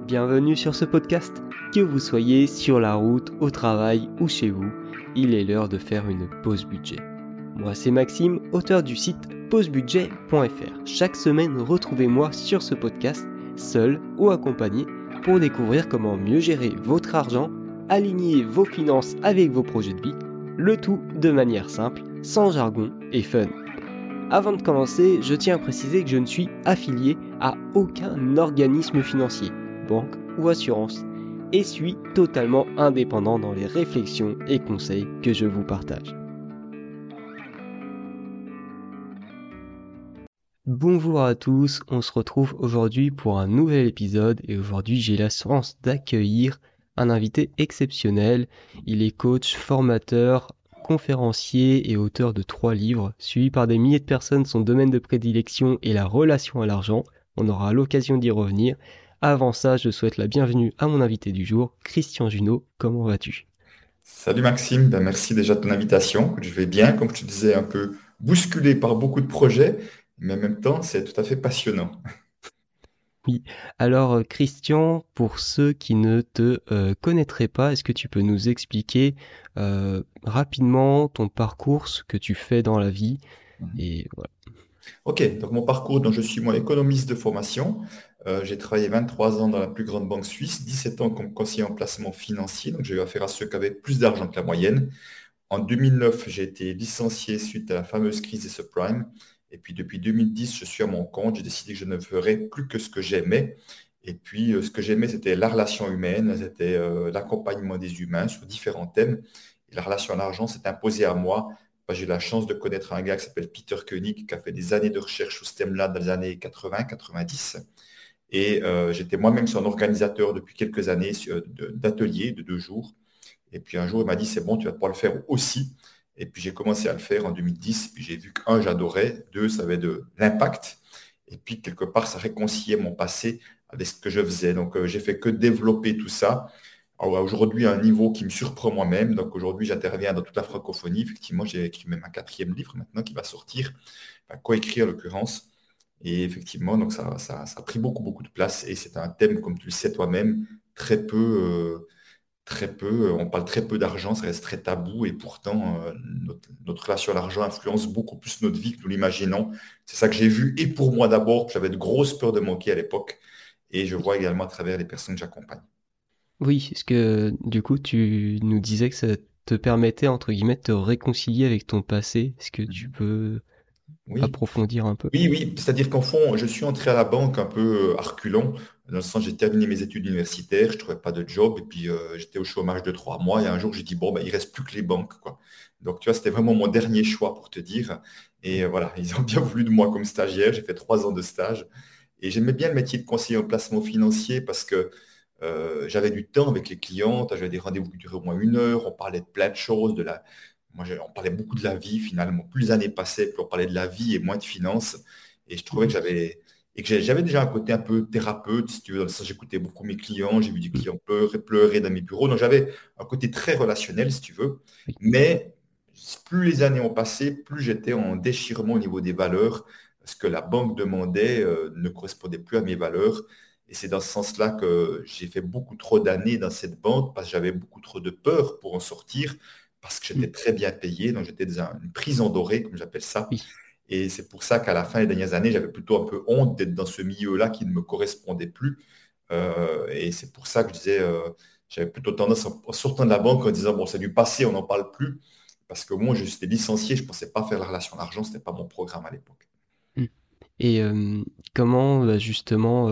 Bienvenue sur ce podcast. Que vous soyez sur la route, au travail ou chez vous, il est l'heure de faire une pause budget. Moi c'est Maxime, auteur du site pausebudget.fr. Chaque semaine, retrouvez-moi sur ce podcast, seul ou accompagné, pour découvrir comment mieux gérer votre argent, aligner vos finances avec vos projets de vie, le tout de manière simple, sans jargon et fun. Avant de commencer, je tiens à préciser que je ne suis affilié à aucun organisme financier, banque ou assurance, et suis totalement indépendant dans les réflexions et conseils que je vous partage. Bonjour à tous, on se retrouve aujourd'hui pour un nouvel épisode et aujourd'hui j'ai la chance d'accueillir un invité exceptionnel. Il est coach, formateur, conférencier et auteur de 3 livres, suivi par des milliers de personnes. Son domaine de prédilection est la relation à l'argent. On aura l'occasion d'y revenir. Avant ça, je souhaite la bienvenue à mon invité du jour, Christian Junot. Comment vas-tu? Salut Maxime, merci déjà de ton invitation. Je vais bien, comme je te disais, un peu bousculé par beaucoup de projets, mais en même temps, c'est tout à fait passionnant. Oui, alors Christian, pour ceux qui ne te connaîtraient pas, est-ce que tu peux nous expliquer rapidement ton parcours, ce que tu fais dans la vie et voilà. Ok, donc mon parcours, donc je suis moi économiste de formation. J'ai travaillé 23 ans dans la plus grande banque suisse, 17 ans comme conseiller en placement financier, donc j'ai eu affaire à ceux qui avaient plus d'argent que la moyenne. En 2009, j'ai été licencié suite à la fameuse crise des subprimes. Et puis depuis 2010, je suis à mon compte. J'ai décidé que je ne ferais plus que ce que j'aimais. Et puis ce que j'aimais, c'était la relation humaine, c'était l'accompagnement des humains sur différents thèmes. Et la relation à l'argent s'est imposée à moi. J'ai eu la chance de connaître un gars qui s'appelle Peter Koenig, qui a fait des années de recherche sur ce thème-là dans les années 80-90. Et j'étais moi-même son organisateur depuis quelques années d'ateliers de 2 jours. Et puis un jour, il m'a dit, c'est bon, tu vas pouvoir le faire aussi. Et puis j'ai commencé à le faire en 2010. Puis j'ai vu qu'un, j'adorais. Deux, ça avait de l'impact. Et puis quelque part, ça réconciliait mon passé avec ce que je faisais. Donc j'ai fait que développer tout ça. Alors, aujourd'hui, à un niveau qui me surprend moi-même. Donc aujourd'hui, j'interviens dans toute la francophonie. Effectivement, j'ai écrit même un 4e livre maintenant qui va sortir, enfin, coécrit en l'occurrence. Et effectivement, donc ça a pris beaucoup, beaucoup de place. Et c'est un thème, comme tu le sais toi-même, on parle très peu d'argent, ça reste très tabou et pourtant notre relation à l'argent influence beaucoup plus notre vie que nous l'imaginons. C'est ça que j'ai vu et pour moi d'abord, j'avais de grosses peurs de manquer à l'époque et je vois également à travers les personnes que j'accompagne. Oui, est-ce que du coup tu nous disais que ça te permettait entre guillemets de te réconcilier avec ton passé? Est-ce que tu Mhm. peux Oui. approfondir un peu? Oui, oui, c'est-à-dire qu'en fond, je suis entré à la banque un peu à reculons, dans le sens j'ai terminé mes études universitaires, je ne trouvais pas de job, et puis j'étais au chômage de 3 mois, et un jour j'ai dit, bon, ben, il reste plus que les banques, quoi. Donc, tu vois, c'était vraiment mon dernier choix pour te dire. Et voilà, ils ont bien voulu de moi comme stagiaire, j'ai fait 3 ans de stage, et j'aimais bien le métier de conseiller en placement financier parce que j'avais du temps avec les clients, j'avais des rendez-vous qui duraient au moins 1 heure, on parlait de plein de choses, on parlait beaucoup de la vie finalement. Plus les années passaient, plus on parlait de la vie et moins de finances. Et je trouvais que j'avais déjà un côté un peu thérapeute, si tu veux, dans le sens, j'écoutais beaucoup mes clients, j'ai vu des Mhm. clients pleurer dans mes bureaux. Donc j'avais un côté très relationnel, si tu veux. Oui. Mais plus les années ont passé, plus j'étais en déchirement au niveau des valeurs. Ce que la banque demandait ne correspondait plus à mes valeurs. Et c'est dans ce sens-là que j'ai fait beaucoup trop d'années dans cette banque parce que j'avais beaucoup trop de peur pour en sortir parce que Mhm. j'étais très bien payé, donc j'étais dans une prison dorée, comme j'appelle ça. Oui. Et c'est pour ça qu'à la fin des dernières années, j'avais plutôt un peu honte d'être dans ce milieu-là qui ne me correspondait plus. Et c'est pour ça que je disais, j'avais plutôt tendance, en sortant de la banque, en disant, bon, c'est du passé, on n'en parle plus. Parce que moi, j'étais licencié, je ne pensais pas faire la relation d'argent, ce n'était pas mon programme à l'époque. Mhm. Et comment bah, justement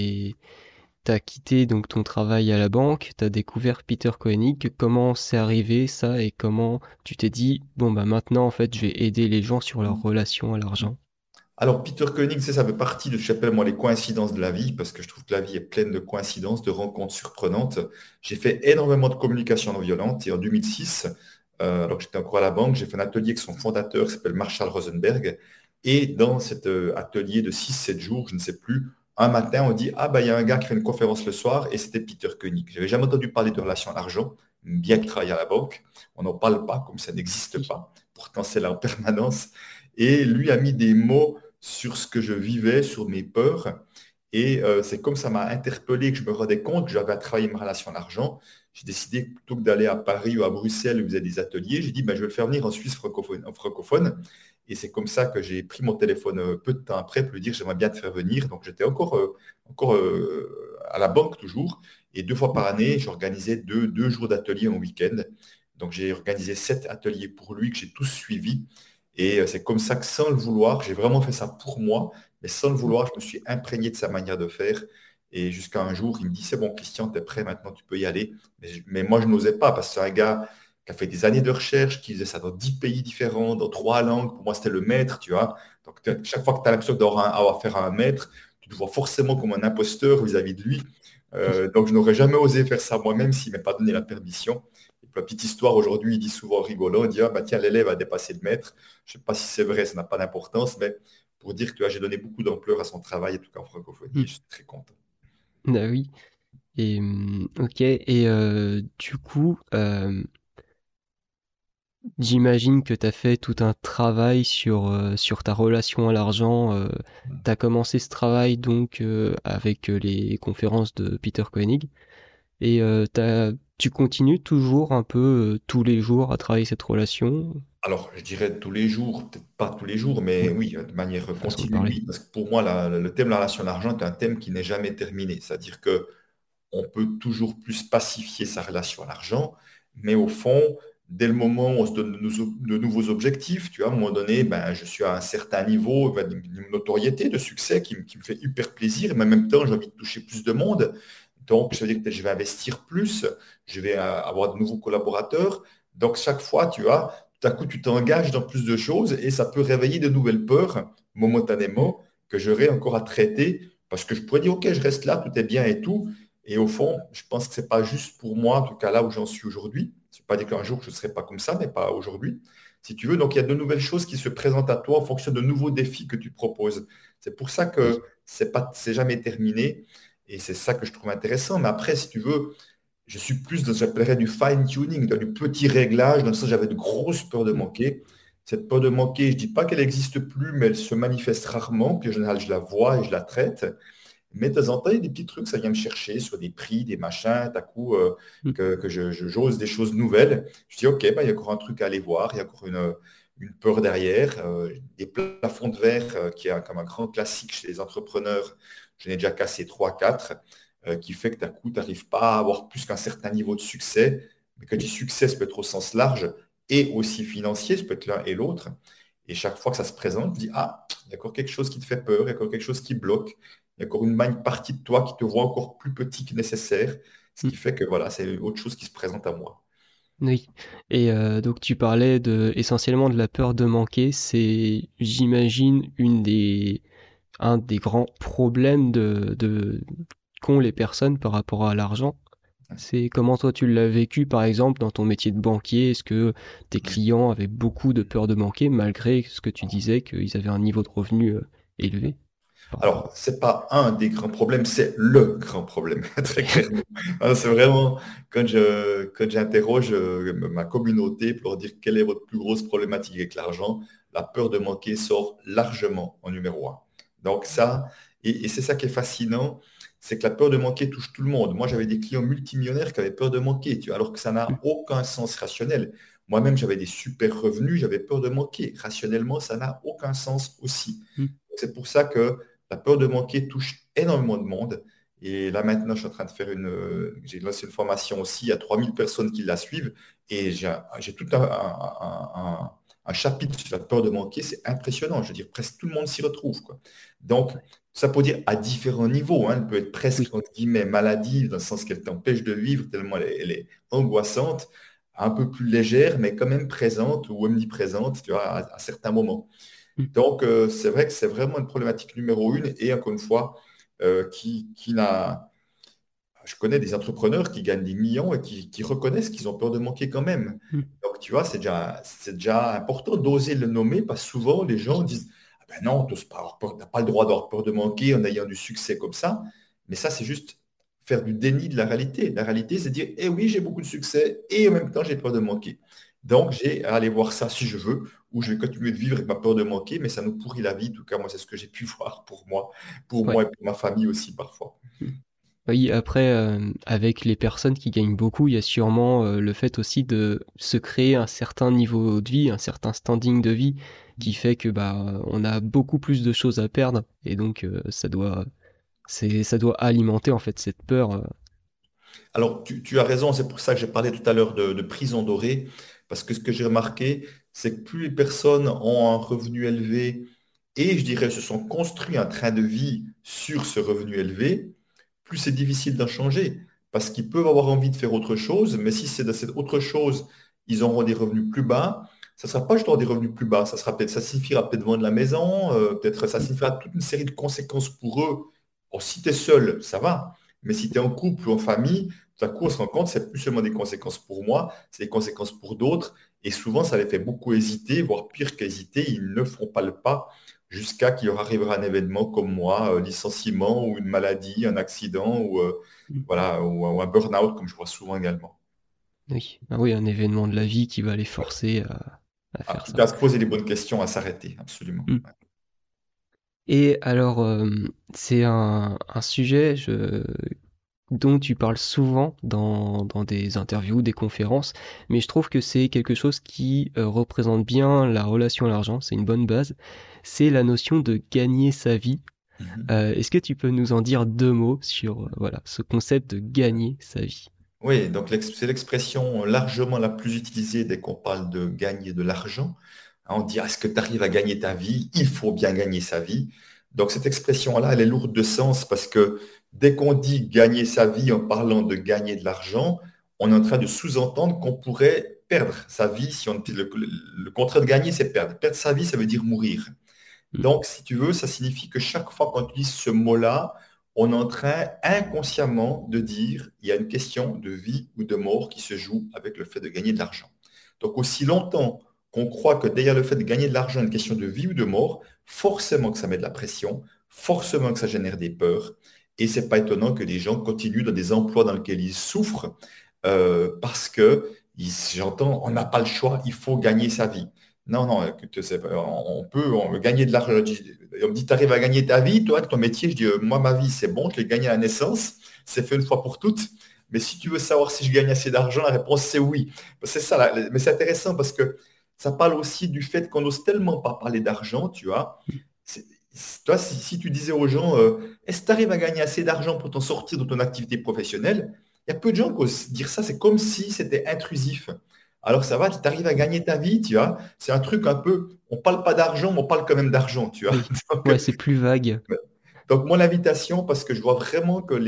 t'as quitté donc ton travail à la banque, t'as découvert Peter Koenig. Comment c'est arrivé ça et comment tu t'es dit bon bah maintenant en fait je vais aider les gens sur leur relation à l'argent. Alors, Peter Koenig, ça fait partie de ce que j'appelle moi les coïncidences de la vie, parce que je trouve que la vie est pleine de coïncidences, de rencontres surprenantes. J'ai fait énormément de communication non violente et en 2006, alors que j'étais encore à la banque, j'ai fait un atelier avec son fondateur qui s'appelle Marshall Rosenberg. Et dans cet atelier de 6-7 jours, je ne sais plus, un matin, on dit, ah bah il y a un gars qui fait une conférence le soir et c'était Peter Koenig. Je n'avais jamais entendu parler de relation à l'argent, bien que travailler à la banque. On n'en parle pas comme ça n'existe Oui. pas. Pourtant, c'est là en permanence. Et lui a mis des mots sur ce que je vivais, sur mes peurs. Et c'est comme ça m'a interpellé que je me rendais compte que j'avais à travailler ma relation à l'argent. J'ai décidé, plutôt que d'aller à Paris ou à Bruxelles où vous avez des ateliers, j'ai dit, ben, je vais le faire venir en Suisse francophone. Et c'est comme ça que j'ai pris mon téléphone peu de temps après pour lui dire, j'aimerais bien te faire venir. Donc j'étais encore à la banque toujours. Et 2 fois par année, j'organisais deux jours d'atelier en week-end. Donc j'ai organisé 7 ateliers pour lui que j'ai tous suivis. Et c'est comme ça que sans le vouloir, j'ai vraiment fait ça pour moi, mais sans le vouloir, je me suis imprégné de sa manière de faire. Et jusqu'à un jour, il me dit, c'est bon, Christian, tu es prêt, maintenant tu peux y aller. Mais moi, je n'osais pas parce que c'est un gars qui a fait des années de recherche, qui faisait ça dans 10 pays différents, dans 3 langues. Pour moi, c'était le maître, tu vois. Donc, chaque fois que tu as l'impression d'avoir affaire à un maître, tu te vois forcément comme un imposteur vis-à-vis de lui. Donc, je n'aurais jamais osé faire ça moi-même s'il ne m'avait pas donné la permission. Et pour la petite histoire, aujourd'hui, il dit souvent rigolant, il dit, ah, bah, tiens, l'élève a dépassé le maître. Je ne sais pas si c'est vrai, ça n'a pas d'importance, mais pour dire que tu vois, j'ai donné beaucoup d'ampleur à son travail, en tout cas en francophonie, et je suis très content. Bah oui. Et ok. Et du coup, j'imagine que tu as fait tout un travail sur ta relation à l'argent. Tu as commencé ce travail donc avec les conférences de Peter Koenig. Et tu continues toujours un peu tous les jours à travailler cette relation, Alors, je dirais tous les jours, peut-être pas tous les jours, mais oui, oui, de manière façon de continue, parler. oui, parce que pour moi, le thème de la relation à l'argent est un thème qui n'est jamais terminé. C'est-à-dire que on peut toujours plus pacifier sa relation à l'argent, mais au fond, dès le moment où on se donne de nouveaux objectifs, tu vois, à un moment donné, ben, je suis à un certain niveau ben, d'une notoriété, de succès qui me fait hyper plaisir, mais en même temps, j'ai envie de toucher plus de monde. Donc, ça veut dire que je vais investir plus, je vais avoir de nouveaux collaborateurs. Donc, chaque fois, tu vois, tout à coup, tu t'engages dans plus de choses et ça peut réveiller de nouvelles peurs Mm. momentanément que j'aurai encore à traiter parce que je pourrais dire, OK, je reste là, tout est bien et tout. Et au fond, je pense que ce n'est pas juste pour moi, en tout cas là où j'en suis aujourd'hui. Je ne pas dire qu'un jour je ne serai pas comme ça, mais pas aujourd'hui. Si tu veux, donc il y a de nouvelles choses qui se présentent à toi en fonction de nouveaux défis que tu te proposes. C'est pour ça Oui, que c'est jamais terminé. Et c'est ça que je trouve intéressant. Mais après, si tu veux, je suis plus dans ce que j'appellerais du fine-tuning, dans du petit réglage. Dans le sens, j'avais de grosses peurs de mm, manquer. Cette peur de manquer, je ne dis pas qu'elle n'existe plus, mais elle se manifeste rarement. Puis en général, je la vois et je la traite. Mais de temps en temps, il y a des petits trucs, ça vient me chercher sur des prix, des machins, à coup mm, que j'ose des choses nouvelles. Je dis, OK, bah, il y a encore un truc à aller voir, il y a encore une peur derrière. Des plafonds de verre, qui est comme un grand classique chez les entrepreneurs, j'en ai déjà cassé 3, 4, qui fait que d'un coup, tu n'arrives pas à avoir plus qu'un certain niveau de succès. Mais quand je dis succès, ça peut être au sens large et aussi financier, ça peut être l'un et l'autre. Et chaque fois que ça se présente, je dis, ah, il y a encore quelque chose qui te fait peur, il y a encore quelque chose qui bloque. Il y a encore une partie de toi qui te voit encore plus petit que nécessaire, ce mm. qui fait que voilà, c'est autre chose qui se présente à moi. Oui. Et donc tu parlais essentiellement de la peur de manquer. C'est, j'imagine, un des grands problèmes qu'ont les personnes par rapport à l'argent. C'est comment toi tu l'as vécu par exemple dans ton métier de banquier? Est-ce que tes clients avaient beaucoup de peur de manquer malgré ce que tu disais qu'ils avaient un niveau de revenu élevé par rapport Alors, c'est pas un des grands problèmes, c'est le grand problème, très clairement. C'est vraiment quand j'interroge ma communauté pour leur dire quelle est votre plus grosse problématique avec l'argent, la peur de manquer sort largement en numéro un. Donc ça, et c'est ça qui est fascinant, c'est que la peur de manquer touche tout le monde. Moi, j'avais des clients multimillionnaires qui avaient peur de manquer, tu vois, alors que ça n'a à... aucun sens rationnel. Moi-même, j'avais des super revenus, j'avais peur de manquer. Rationnellement, ça n'a aucun sens aussi. C'est pour ça que la peur de manquer touche énormément de monde. Et là, maintenant, je suis en train de faire j'ai lancé une formation aussi, il y a 3000 personnes qui la suivent. Et j'ai tout un chapitre sur la peur de manquer. C'est impressionnant. Je veux dire, presque tout le monde s'y retrouve, quoi. Donc, ça peut dire à différents niveaux, hein. Elle peut être presque, Oui, entre guillemets, maladive, dans le sens qu'elle t'empêche de vivre, tellement elle est angoissante, un peu plus légère, mais quand même présente ou omniprésente, tu vois, à certains moments. Donc, c'est vrai que c'est vraiment une problématique numéro une et encore une fois, qui n'a... Je connais des entrepreneurs qui gagnent des millions et qui reconnaissent qu'ils ont peur de manquer quand même. Donc, tu vois, c'est déjà important d'oser le nommer parce que souvent, les gens disent, ah ben non, tu n'as pas le droit d'avoir peur de manquer en ayant du succès comme ça. Mais ça, c'est juste faire du déni de la réalité. La réalité, c'est dire, eh oui, j'ai beaucoup de succès et en même temps, j'ai peur de manquer. Donc, j'ai à aller voir ça si je veux où je vais continuer de vivre avec ma peur de manquer, mais ça nous pourrit la vie. En tout cas, moi, c'est ce que j'ai pu voir pour Ouais. moi et pour ma famille aussi parfois. Mm. Oui, après, avec les personnes qui gagnent beaucoup, il y a sûrement le fait aussi de se créer un certain niveau de vie, un certain standing de vie, qui fait que bah on a beaucoup plus de choses à perdre, et donc ça doit alimenter en fait cette peur. Alors, tu as raison, c'est pour ça que j'ai parlé tout à l'heure de prison dorée, parce que ce que j'ai remarqué, c'est que plus les personnes ont un revenu élevé et, je dirais, se sont construits un train de vie sur ce revenu élevé, plus c'est difficile d'en changer, parce qu'ils peuvent avoir envie de faire autre chose, mais si c'est de cette autre chose, ils auront des revenus plus bas, ça ne sera pas juste avoir des revenus plus bas, ça signifiera peut-être vendre la maison, peut-être ça signifiera toute une série de conséquences pour eux. Bon, si tu es seul, ça va, mais si tu es en couple ou en famille, tout à coup, on se rend compte, c'est plus seulement des conséquences pour moi, c'est des conséquences pour d'autres. Et souvent, ça les fait beaucoup hésiter, voire pire qu'hésiter, ils ne font pas le pas jusqu'à qu'il leur arrivera un événement comme moi, licenciement ou une maladie, un accident ou, Mm. voilà, ou un burn-out, comme je vois souvent également. Oui, ah oui, un événement de la vie qui va les Ouais. forcer à En faire tout ça. cas, se poser les bonnes questions, à s'arrêter, absolument. Mm. Ouais. Et alors, c'est un sujet dont tu parles souvent dans des interviews, des conférences, mais je trouve que c'est quelque chose qui représente bien la relation à l'argent, c'est une bonne base. C'est la notion de gagner sa vie. Mhm. Est-ce que tu peux nous en dire deux mots sur voilà, ce concept de gagner sa vie? Oui, donc c'est l'expression largement la plus utilisée dès qu'on parle de gagner de l'argent. Hein, on dit, est-ce que tu arrives à gagner ta vie? Il faut bien gagner sa vie. Donc cette expression-là, elle est lourde de sens parce que dès qu'on dit gagner sa vie en parlant de gagner de l'argent, on est en train de sous-entendre qu'on pourrait perdre sa vie. Si on, le contraire de gagner, c'est perdre. Perdre sa vie, ça veut dire mourir. Mm. Donc, si tu veux, ça signifie que chaque fois qu'on utilise ce mot-là, on est en train inconsciemment de dire il y a une question de vie ou de mort qui se joue avec le fait de gagner de l'argent. Donc, aussi longtemps qu'on croit que derrière le fait de gagner de l'argent, une question de vie ou de mort, forcément que ça met de la pression, forcément que ça génère des peurs. Et c'est pas étonnant que les gens continuent dans des emplois dans lesquels ils souffrent parce que j'entends, on n'a pas le choix, il faut gagner sa vie. Non, non, écoute, on peut gagner de l'argent. On me dit, tu arrives à gagner ta vie, toi, avec ton métier. Je dis, moi, ma vie, c'est bon, je l'ai gagné à la naissance, c'est fait une fois pour toutes. Mais si tu veux savoir si je gagne assez d'argent, la réponse, c'est oui. C'est ça, mais c'est intéressant parce que ça parle aussi du fait qu'on n'ose tellement pas parler d'argent, tu vois. C'est- Toi, si tu disais aux gens, est-ce que tu arrives à gagner assez d'argent pour t'en sortir de ton activité professionnelle? Il y a peu de gens qui osent dire ça, c'est comme si c'était intrusif. Alors ça va, tu arrives à gagner ta vie, tu vois. C'est un truc un peu, on parle pas d'argent, mais on parle quand même d'argent, tu vois. Oui, Donc, ouais, c'est plus vague. donc, mon invitation, parce que je vois vraiment que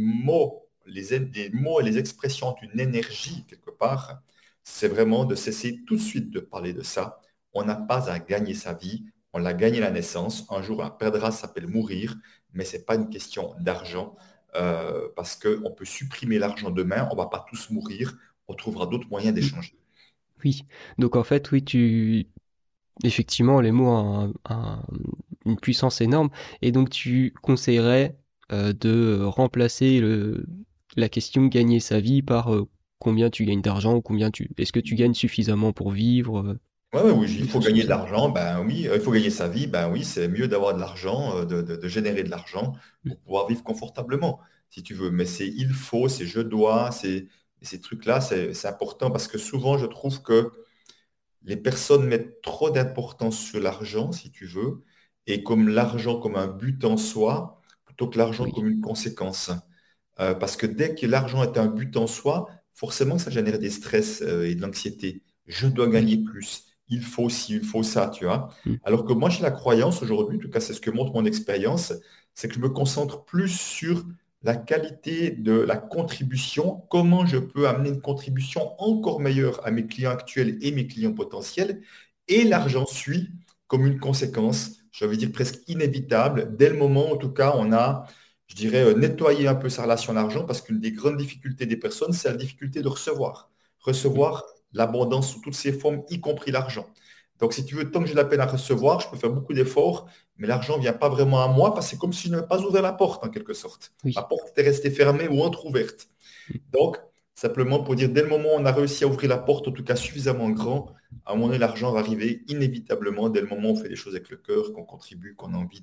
les mots et les expressions ont une énergie quelque part, c'est vraiment de cesser tout de suite de parler de ça. On n'a pas à gagner sa vie, on l'a gagné à la naissance. Un jour, on la perdra, ça s'appelle mourir, mais ce n'est pas une question d'argent, parce qu'on peut supprimer l'argent demain, on ne va pas tous mourir, on trouvera d'autres moyens Mm. d'échanger. Oui, donc en fait, oui, effectivement, les mots ont une puissance énorme, et donc tu conseillerais de remplacer la question gagner sa vie par combien tu gagnes d'argent ou est-ce que tu gagnes suffisamment pour vivre, Ouais, ouais, oui, il des faut choses comme gagner de ça. l'argent, ben oui, il faut gagner sa vie, ben oui, c'est mieux d'avoir de l'argent, de générer de l'argent Mm. pour pouvoir vivre confortablement, si tu veux. Mais c'est il faut, c'est je dois, ces trucs-là, c'est important parce que souvent, je trouve que les personnes mettent trop d'importance sur l'argent, si tu veux, et comme l'argent comme un but en soi, plutôt que l'argent Oui, comme une conséquence. Parce que dès que l'argent est un but en soi, forcément, ça génère des stress et de l'anxiété. Je dois gagner oui. plus. Il faut ci, il faut ça, tu vois. Mm. Alors que moi, j'ai la croyance aujourd'hui, en tout cas, c'est ce que montre mon expérience, c'est que je me concentre plus sur la qualité de la contribution, comment je peux amener une contribution encore meilleure à mes clients actuels et mes clients potentiels. Et l'argent suit comme une conséquence, je veux dire presque inévitable, dès le moment, en tout cas, on a je dirais, nettoyer un peu sa relation à l'argent parce qu'une des grandes difficultés des personnes, c'est la difficulté de recevoir. Mm. Recevoir l'abondance sous toutes ses formes, y compris l'argent. Donc, si tu veux, tant que j'ai la peine à recevoir, je peux faire beaucoup d'efforts, mais l'argent ne vient pas vraiment à moi parce que c'est comme si je n'avais pas ouvert la porte, en quelque sorte. La Oui. porte était restée fermée ou entrouverte. Mm. Donc, Simplement pour dire, dès le moment où on a réussi à ouvrir la porte, en tout cas suffisamment grand, à un moment donné, l'argent va arriver inévitablement dès le moment où on fait les choses avec le cœur, qu'on contribue, qu'on a envie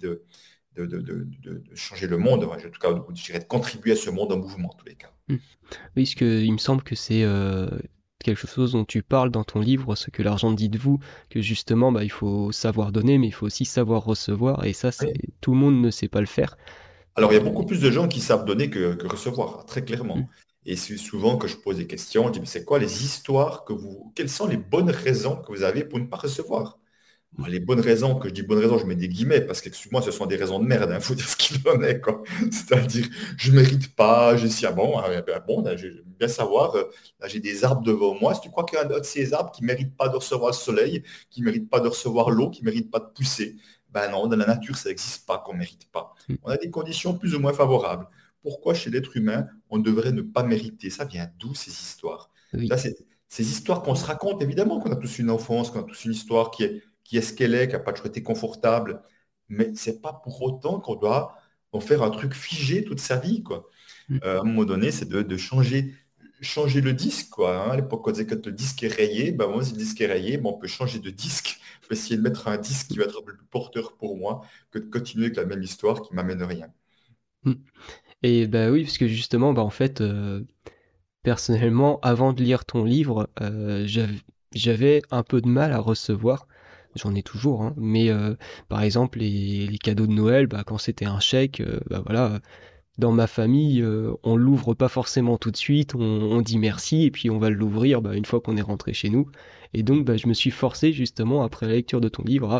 de changer le monde. En tout cas, je dirais de contribuer à ce monde en mouvement, en tous les cas. Mmh. Oui, parce que il me semble que c'est quelque chose dont tu parles dans ton livre, ce que l'argent dit de vous, que justement, bah, il faut savoir donner, mais il faut aussi savoir recevoir, et ça, c'est Oui. tout le monde ne sait pas le faire. Alors, il y a beaucoup Et plus de gens qui savent donner que recevoir, très mmh, clairement. Et c'est souvent que je pose des questions, je dis, mais c'est quoi les histoires quelles sont les bonnes raisons que vous avez pour ne pas recevoir? mmh, Les bonnes raisons, que je dis bonnes raisons, je mets des guillemets, parce qu'excuse-moi, ce sont des raisons de merde, il faut dire ce qu'il en est, quoi. C'est-à-dire, je ne mérite pas, je suis, bon, là, j'aime bien savoir, là, j'ai des arbres devant moi, si tu crois qu'il y a un de ces arbres qui ne mérite pas de recevoir le soleil, qui ne mérite pas de recevoir l'eau, qui ne mérite pas de pousser, ben non, dans la nature, ça n'existe pas qu'on ne mérite pas. mmh. On a des conditions plus ou moins favorables. Pourquoi chez l'être humain, on devrait ne pas mériter? Ça vient d'où ces histoires? Oui, Ça, c'est ces histoires qu'on se raconte, évidemment qu'on a tous une enfance, qu'on a tous une histoire qui est ce qu'elle est, qui n'a pas toujours été confortable. Mais ce n'est pas pour autant qu'on doit en faire un truc figé toute sa vie, quoi. mmh, À un moment donné, c'est de changer le disque, quoi, hein. À l'époque, on disait que le disque est rayé, ben moi, si le disque est rayé, ben, on peut changer de disque. On peut essayer de mettre un disque qui va être un peu plus porteur pour moi que de continuer avec la même histoire qui m'amène rien. mmh. Et bah oui, parce que justement, bah en fait, personnellement, avant de lire ton livre, j'avais un peu de mal à recevoir. J'en ai toujours, hein, mais par exemple, les cadeaux de Noël, bah, quand c'était un chèque, bah voilà, dans ma famille, on l'ouvre pas forcément tout de suite, on dit merci, et puis on va l'ouvrir bah, une fois qu'on est rentré chez nous. Et donc, bah, je me suis forcé justement, après la lecture de ton livre,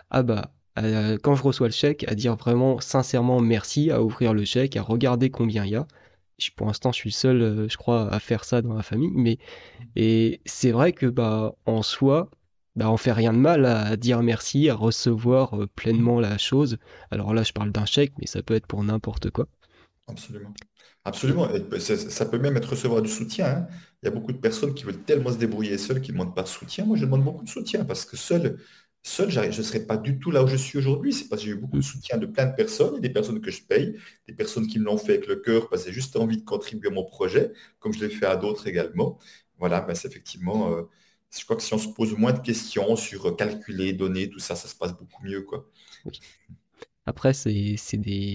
quand je reçois le chèque, à dire vraiment sincèrement merci, à ouvrir le chèque, à regarder combien il y a. Pour l'instant, je suis le seul, je crois, à faire ça dans la famille, mais et c'est vrai que bah en soi, bah on fait rien de mal à dire merci, à recevoir pleinement la chose. Alors là, je parle d'un chèque, mais ça peut être pour n'importe quoi. Absolument. Et Absolument. Et ça peut même être recevoir du soutien, hein. Il y a beaucoup de personnes qui veulent tellement se débrouiller seules qu'ils ne demandent pas de soutien. Moi, je demande beaucoup de soutien parce que seul, je ne serais pas du tout là où je suis aujourd'hui. C'est parce que j'ai eu beaucoup mm, de soutien de plein de personnes et des personnes que je paye, des personnes qui me l'ont fait avec le cœur parce que j'ai juste envie de contribuer à mon projet, comme je l'ai fait à d'autres également. Voilà, ben, c'est effectivement, je crois que si on se pose moins de questions sur calculer, donner, tout ça, ça se passe beaucoup mieux, quoi. oui. Après, c'est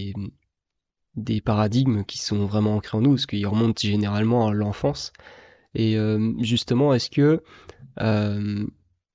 des paradigmes qui sont vraiment ancrés en nous, parce qu'ils remontent généralement à l'enfance. Et justement, est-ce que euh,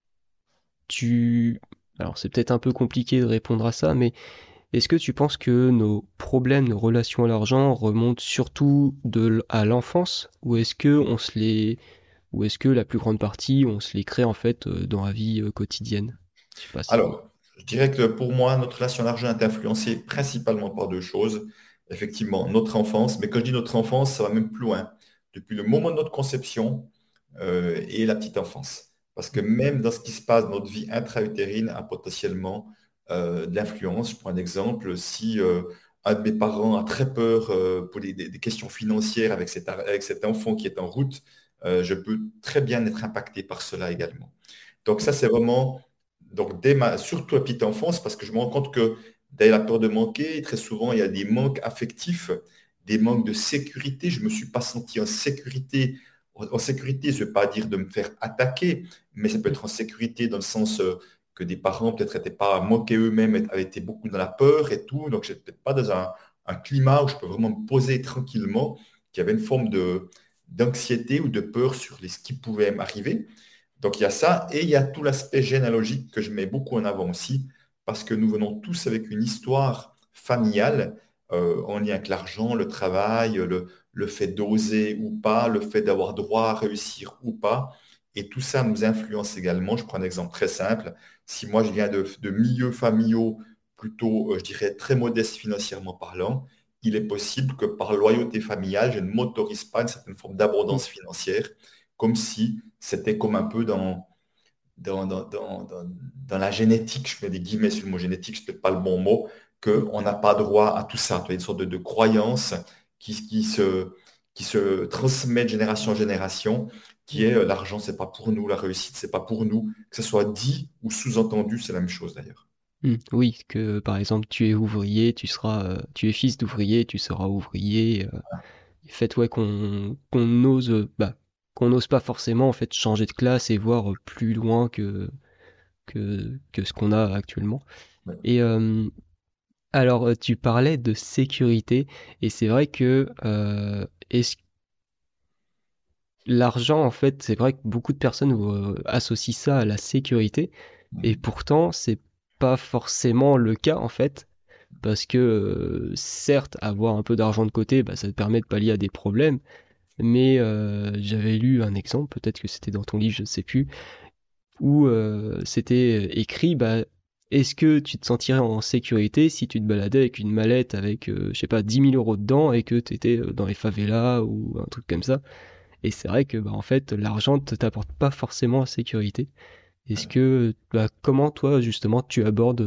tu... Alors c'est peut-être un peu compliqué de répondre à ça, mais est-ce que tu penses que nos problèmes, nos relations à l'argent remontent surtout à l'enfance, ou est-ce que ou est-ce que la plus grande partie, on se les crée en fait dans la vie quotidienne? Je sais pas si. Alors, je dirais que pour moi, notre relation à l'argent est influencée principalement par deux choses. Effectivement, notre enfance, mais quand je dis notre enfance, ça va même plus loin. Depuis le moment de notre conception et la petite enfance. Parce que même dans ce qui se passe dans notre vie intra-utérine a potentiellement de l'influence. Je prends un exemple, si un de mes parents a très peur pour des questions financières avec cet enfant qui est en route, je peux très bien être impacté par cela également. Donc ça, c'est vraiment, donc surtout à petite enfance, parce que je me rends compte que derrière la peur de manquer, très souvent, il y a des manques affectifs, des manques de sécurité. Je ne me suis pas senti en sécurité. En sécurité, je ne veux pas dire de me faire attaquer, mais ça peut être en sécurité dans le sens que des parents peut-être n'étaient pas manqués eux-mêmes, avaient été beaucoup dans la peur et tout. Donc, je n'étais peut-être pas dans un climat où je peux vraiment me poser tranquillement, qu'il y avait une forme d'anxiété ou de peur sur ce qui pouvait m'arriver. Donc il y a ça et il y a tout l'aspect généalogique que je mets beaucoup en avant aussi parce que nous venons tous avec une histoire familiale en lien avec l'argent, le travail, le fait d'oser ou pas, le fait d'avoir droit à réussir ou pas. Et tout ça nous influence également. Je prends un exemple très simple. Si moi je viens de milieux familiaux plutôt, je dirais, très modestes financièrement parlant, il est possible que par loyauté familiale, je ne m'autorise pas une certaine forme Mm. d'abondance financière comme si c'était comme un peu dans la génétique, je mets des guillemets sur le mot génétique, ce n'est pas le bon mot, Mm. qu'on n'a pas droit à tout ça. Tu as une sorte de croyance qui se transmet de génération en génération, Mm. qui est l'argent, c'est pas pour nous, la réussite, c'est pas pour nous. Que ce soit dit ou sous-entendu, c'est la même chose d'ailleurs. Mm. Oui, que par exemple tu es ouvrier, tu es fils d'ouvrier, tu seras ouvrier. fait ouais qu'on ose qu'on n'ose pas forcément en fait changer de classe et voir plus loin que ce qu'on a actuellement. Ouais. Et alors tu parlais de sécurité et c'est vrai que est-ce l'argent en fait c'est vrai que beaucoup de personnes associent ça à la sécurité et Mhm. pourtant c'est pas forcément le cas en fait parce que certes avoir un peu d'argent de côté ça te permet de pallier à des problèmes mais j'avais lu un exemple, peut-être que c'était dans ton livre, je ne sais plus, où c'était écrit, est-ce que tu te sentirais en sécurité si tu te baladais avec une mallette avec, je sais pas, 10 000 € dedans et que tu étais dans les favelas ou un truc comme ça. Et c'est vrai que en fait, l'argent ne t'apporte pas forcément la sécurité. Est-ce que, comment toi, justement, tu abordes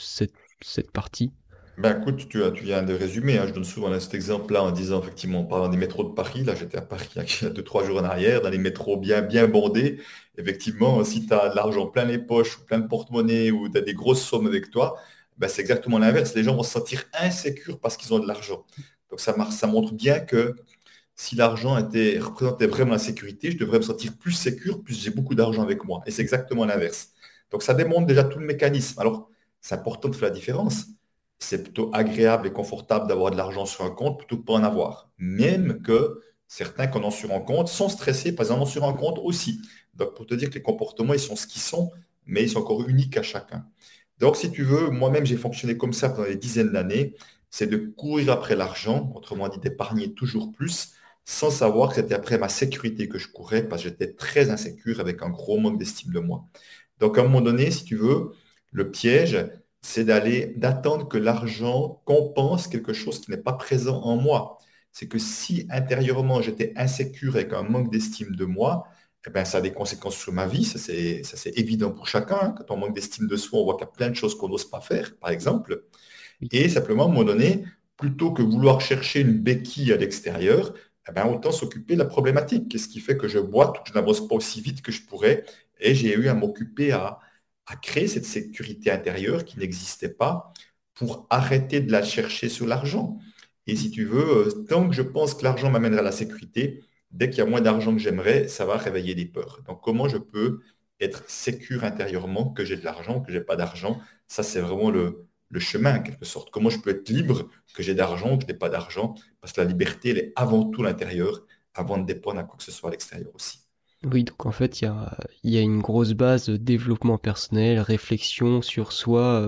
cette partie? Ben écoute, tu viens de résumer, hein. Je donne souvent cet exemple-là en disant, effectivement, en parlant des métros de Paris, là j'étais à Paris il y a 2, 3 jours en arrière, dans les métros bien, bien bondés. Effectivement, si tu as de l'argent plein les poches, ou plein de porte-monnaie, ou tu as des grosses sommes avec toi, ben, c'est exactement l'inverse. Les gens vont se sentir insécures parce qu'ils ont de l'argent. Donc ça montre bien que si l'argent représentait vraiment la sécurité, je devrais me sentir plus sécure, plus j'ai beaucoup d'argent avec moi. Et c'est exactement l'inverse. Donc ça démontre déjà tout le mécanisme. Alors, c'est important de faire la différence. C'est plutôt agréable et confortable d'avoir de l'argent sur un compte plutôt que de pas en avoir. Même que certains, quand on en sur un compte, sont stressés parce qu'ils en ont sur un compte aussi. Donc, pour te dire que les comportements, ils sont ce qu'ils sont, mais ils sont encore uniques à chacun. Donc, si tu veux, moi-même, j'ai fonctionné comme ça pendant des dizaines d'années. C'est de courir après l'argent, autrement dit d'épargner toujours plus, sans savoir que c'était après ma sécurité que je courais, parce que j'étais très insécure avec un gros manque d'estime de moi. Donc, à un moment donné, si tu veux, le piège, c'est d'attendre que l'argent compense quelque chose qui n'est pas présent en moi. C'est que si intérieurement j'étais insécure avec un manque d'estime de moi, eh ben, ça a des conséquences sur ma vie. Ça, c'est évident pour chacun, hein. Quand on manque d'estime de soi, on voit qu'il y a plein de choses qu'on n'ose pas faire, par exemple. Oui. Et simplement, à un moment donné, plutôt que vouloir chercher une béquille à l'extérieur, eh ben, autant s'occuper de la problématique. Qu'est-ce qui fait que je boite ou que je n'avance pas aussi vite que je pourrais? Et j'ai eu à m'occuper à créer cette sécurité intérieure qui n'existait pas pour arrêter de la chercher sur l'argent. Et si tu veux, tant que je pense que l'argent m'amènera à la sécurité, dès qu'il y a moins d'argent que j'aimerais, ça va réveiller des peurs. Donc, comment je peux être sécure intérieurement, que j'ai de l'argent, que j'ai pas d'argent? Ça, c'est vraiment le chemin, en quelque sorte. Comment je peux être libre, que j'ai d'argent, que je n'ai pas d'argent, parce que la liberté, elle est avant tout à l'intérieur, avant de dépendre à quoi que ce soit à l'extérieur aussi. Oui, donc en fait, il y a une grosse base de développement personnel, réflexion sur soi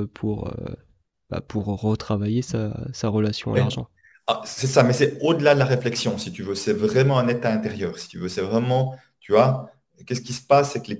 pour retravailler sa relation à Oui. l'argent. Ah, c'est ça, mais c'est au-delà de la réflexion, si tu veux. C'est vraiment un état intérieur, si tu veux. C'est vraiment, tu vois, qu'est-ce qui se passe, c'est que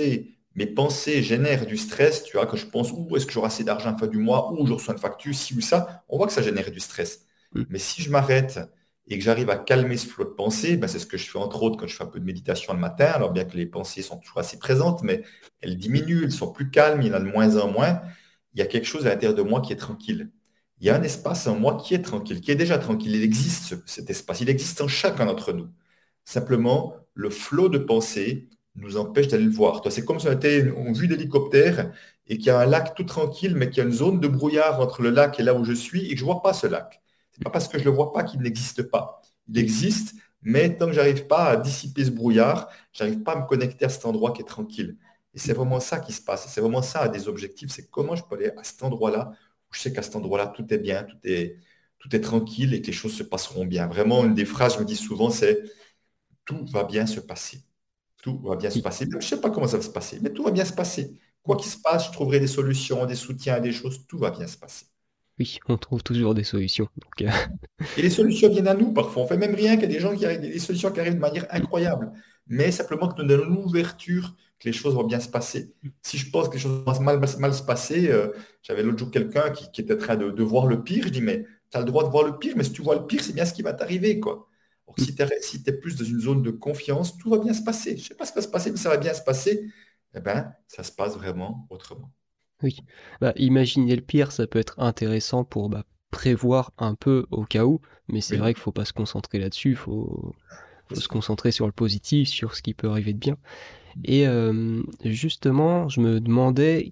mes pensées génèrent du stress, tu vois, quand je pense, où est-ce que j'aurai assez d'argent à la fin du mois, ou je reçois une facture, ci ou ça, on voit que ça génère du stress. Mm. Mais si je m'arrête et que j'arrive à calmer ce flot de pensées, ben, c'est ce que je fais entre autres quand je fais un peu de méditation le matin, alors bien que les pensées sont toujours assez présentes, mais elles diminuent, elles sont plus calmes, il y en a de moins en moins. Il y a quelque chose à l'intérieur de moi qui est tranquille. Il y a un espace en moi qui est tranquille, qui est déjà tranquille. Il existe cet espace. Il existe en chacun d'entre nous. Simplement, le flot de pensée nous empêche d'aller le voir. Toi, c'est comme si on était en vue d'hélicoptère et qu'il y a un lac tout tranquille, mais qu'il y a une zone de brouillard entre le lac et là où je suis et que je ne vois pas ce lac. Ce n'est pas parce que je ne le vois pas qu'il n'existe pas. Il Oui, existe, mais tant que je n'arrive pas à dissiper ce brouillard, je n'arrive pas à me connecter à cet endroit qui est tranquille. Et c'est vraiment ça qui se passe. C'est vraiment ça, des objectifs. C'est comment je peux aller à cet endroit-là où je sais qu'à cet endroit-là, tout est bien, tout est tranquille et que les choses se passeront bien. Vraiment, une des phrases que je me dis souvent, c'est tout va bien se passer. Tout va bien se oui, passer. Même je ne sais pas comment ça va se passer, mais tout va bien se passer. Quoi qu'il se passe, je trouverai des solutions, des soutiens, des choses. Tout va bien se passer. oui, on trouve toujours des solutions. Donc, Et les solutions viennent à nous parfois. On fait même rien qu'il y a des gens qui arrivent, des solutions qui arrivent de manière incroyable. Mais simplement que nous donnons l'ouverture que les choses vont bien se passer. Si je pense que les choses vont mal se passer, j'avais l'autre jour quelqu'un qui était en train de voir le pire. Je dis, mais tu as le droit de voir le pire, mais si tu vois le pire, c'est bien ce qui va t'arriver, quoi. Donc, si tu es plus dans une zone de confiance, tout va bien se passer. Je ne sais pas ce qui va se passer, mais ça va bien se passer. Eh bien, ça se passe vraiment autrement. oui. Imaginer le pire, ça peut être intéressant pour prévoir un peu au cas où, mais c'est Oui, vrai qu'il faut pas se concentrer là-dessus, faut se concentrer sur le positif, sur ce qui peut arriver de bien. Et justement, je me demandais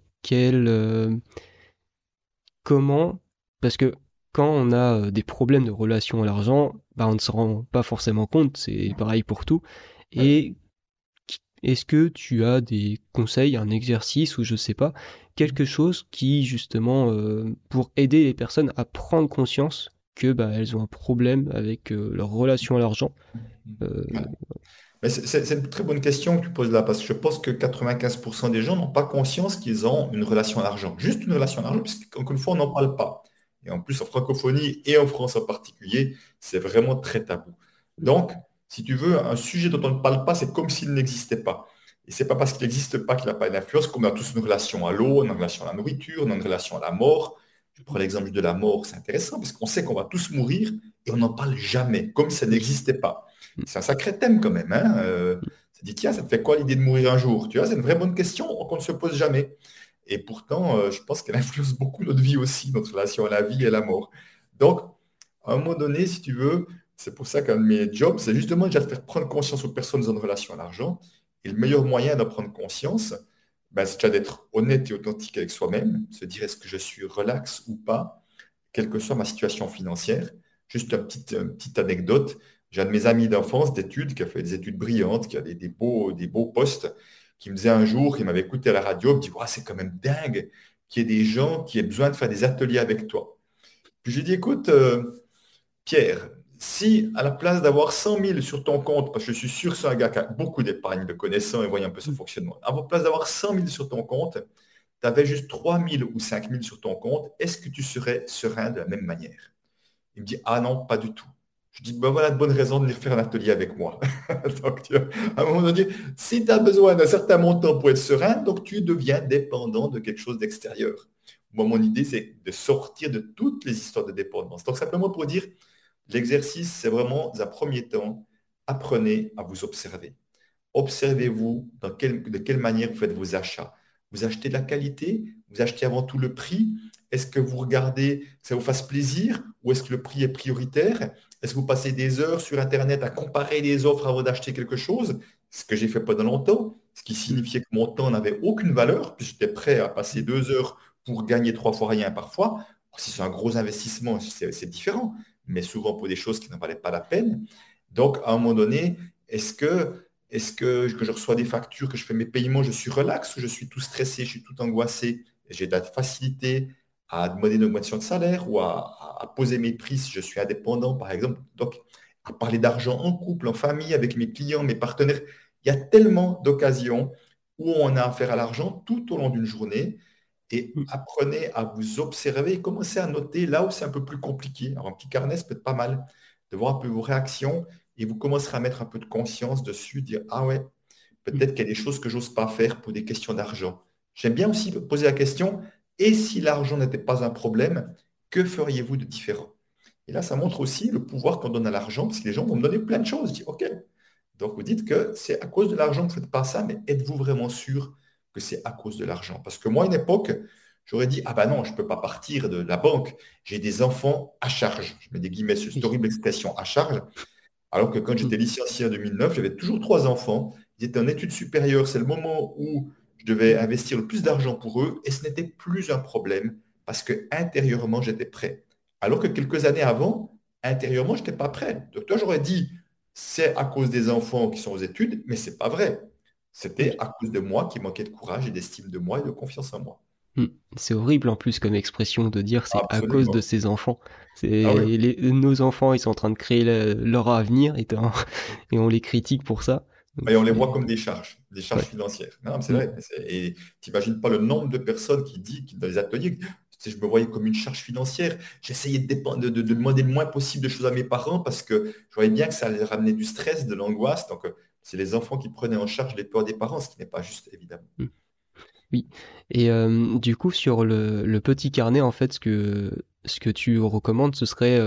comment, parce que quand on a des problèmes de relation à l'argent, bah, on ne se rend pas forcément compte, c'est pareil pour tout. Ouais. Et est-ce que tu as des conseils, un exercice ou je sais pas, quelque chose qui justement pour aider les personnes à prendre conscience que bah, elles ont un problème avec leur relation à l'argent. Euh, Voilà. Mais c'est une très bonne question que tu poses là, parce que je pense que 95% des gens n'ont pas conscience qu'ils ont une relation à l'argent. Juste une relation à l'argent, puisqu'encore une fois, on n'en parle pas. Et en plus, en francophonie et en France en particulier, c'est vraiment très tabou. Donc, si tu veux, un sujet dont on ne parle pas, c'est comme s'il n'existait pas. Et c'est pas parce qu'il n'existe pas qu'il n'a pas d'influence, comme on a tous une relation à l'eau, on a une relation à la nourriture, on a une relation à la mort. Je prends l'exemple de la mort, c'est intéressant, parce qu'on sait qu'on va tous mourir et on n'en parle jamais, comme ça oui. n'existait pas. C'est un sacré thème quand même, hein. Ça dit, tiens, ça te fait quoi l'idée de mourir un jour? Tu vois, c'est une vraie bonne question qu'on ne se pose jamais. Et pourtant, je pense qu'elle influence beaucoup notre vie aussi, notre relation à la vie et à la mort. Donc, à un moment donné, si tu veux, c'est pour ça qu'un de mes jobs, c'est justement déjà de faire prendre conscience aux personnes en relation à l'argent. Et le meilleur moyen d'en prendre conscience, ben, c'est déjà d'être honnête et authentique avec soi-même, se dire est-ce que je suis relax ou pas, quelle que soit ma situation financière. Juste une petite anecdote. J'ai un de mes amis d'enfance d'études qui a fait des études brillantes, qui a des beaux postes, qui me disait un jour, il m'avait écouté à la radio, il me dit, ouais, c'est quand même dingue qu'il y ait des gens qui aient besoin de faire des ateliers avec toi. Puis je lui ai dit, écoute, Pierre, si à la place d'avoir 100 000 sur ton compte, parce que je suis sûr que c'est un gars qui a beaucoup d'épargne, de connaissants et voyant un peu son fonctionnement, à la place d'avoir 100 000 sur ton compte, tu avais juste 3 000 ou 5 000 sur ton compte, est-ce que tu serais serein de la même manière? Il me dit, ah non, pas du tout. Je dis, ben voilà de bonnes raisons de venir faire un atelier avec moi. Donc, tu vois, à un moment donné, si tu as besoin d'un certain montant pour être serein, donc tu deviens dépendant de quelque chose d'extérieur. Moi, mon idée, c'est de sortir de toutes les histoires de dépendance. Donc, simplement pour dire, l'exercice, c'est vraiment, dans un premier temps, apprenez à vous observer. Observez-vous de quelle manière vous faites vos achats. Vous achetez de la qualité, vous achetez avant tout le prix. Est-ce que vous regardez que ça vous fasse plaisir ou est-ce que le prix est prioritaire? Est-ce que vous passez des heures sur Internet à comparer les offres avant d'acheter quelque chose? Ce que j'ai fait pendant longtemps, ce qui signifiait que mon temps n'avait aucune valeur, puis j'étais prêt à passer 2 heures pour gagner 3 fois rien parfois. Si c'est un gros investissement, c'est différent, mais souvent pour des choses qui n'en valaient pas la peine. Donc, à un moment donné, est-ce que que je reçois des factures, que je fais mes paiements, je suis relax ou je suis tout stressé, je suis tout angoissé? J'ai de la facilité à demander une augmentation de salaire ou à poser mes prix si je suis indépendant, par exemple. Donc, à parler d'argent en couple, en famille, avec mes clients, mes partenaires. Il y a tellement d'occasions où on a affaire à l'argent tout au long d'une journée. Et apprenez à vous observer et commencez à noter là où c'est un peu plus compliqué. Alors, un petit carnet, ça peut être pas mal de voir un peu vos réactions et vous commencerez à mettre un peu de conscience dessus, dire, ah ouais, peut-être qu'il y a des choses que j'ose pas faire pour des questions d'argent. J'aime bien aussi poser la question, et si l'argent n'était pas un problème, que feriez-vous de différent? Et là, ça montre aussi le pouvoir qu'on donne à l'argent, parce que les gens vont me donner plein de choses. Je dis, OK. Donc, vous dites que c'est à cause de l'argent que vous ne faites pas ça, mais êtes-vous vraiment sûr que c'est à cause de l'argent? Parce que moi, à une époque, j'aurais dit, ah ben non, je ne peux pas partir de la banque. J'ai des enfants à charge. Je mets des guillemets sur cette horrible expression à charge. Alors que quand j'étais licencié en 2009, j'avais toujours 3 enfants. Ils étaient en études supérieures. C'est le moment où je devais investir le plus d'argent pour eux et ce n'était plus un problème parce que intérieurement, j'étais prêt. Alors que quelques années avant, intérieurement, je n'étais pas prêt. Donc, toi, j'aurais dit, c'est à cause des enfants qui sont aux études, mais ce n'est pas vrai. C'était Oui. à cause de moi qui manquait de courage et d'estime de moi et de confiance en moi. Mm. C'est horrible en plus comme expression de dire c'est à cause de Absolument. ses enfants. Ah oui. Nos enfants, ils sont en train de créer leur avenir et on les critique pour ça. Donc Et on les c'est voit comme des charges ouais. financières. Non, c'est Mm. vrai. Et tu n'imagines pas le nombre de personnes qui disent dans les ateliers, tu sais, je me voyais comme une charge financière. J'essayais de demander le moins possible de choses à mes parents parce que je voyais bien que ça allait ramener du stress, de l'angoisse. Donc, c'est les enfants qui prenaient en charge les peurs des parents, ce qui n'est pas juste, évidemment. Mm. Oui. Et du coup, sur le petit carnet, en fait, ce que tu recommandes, ce serait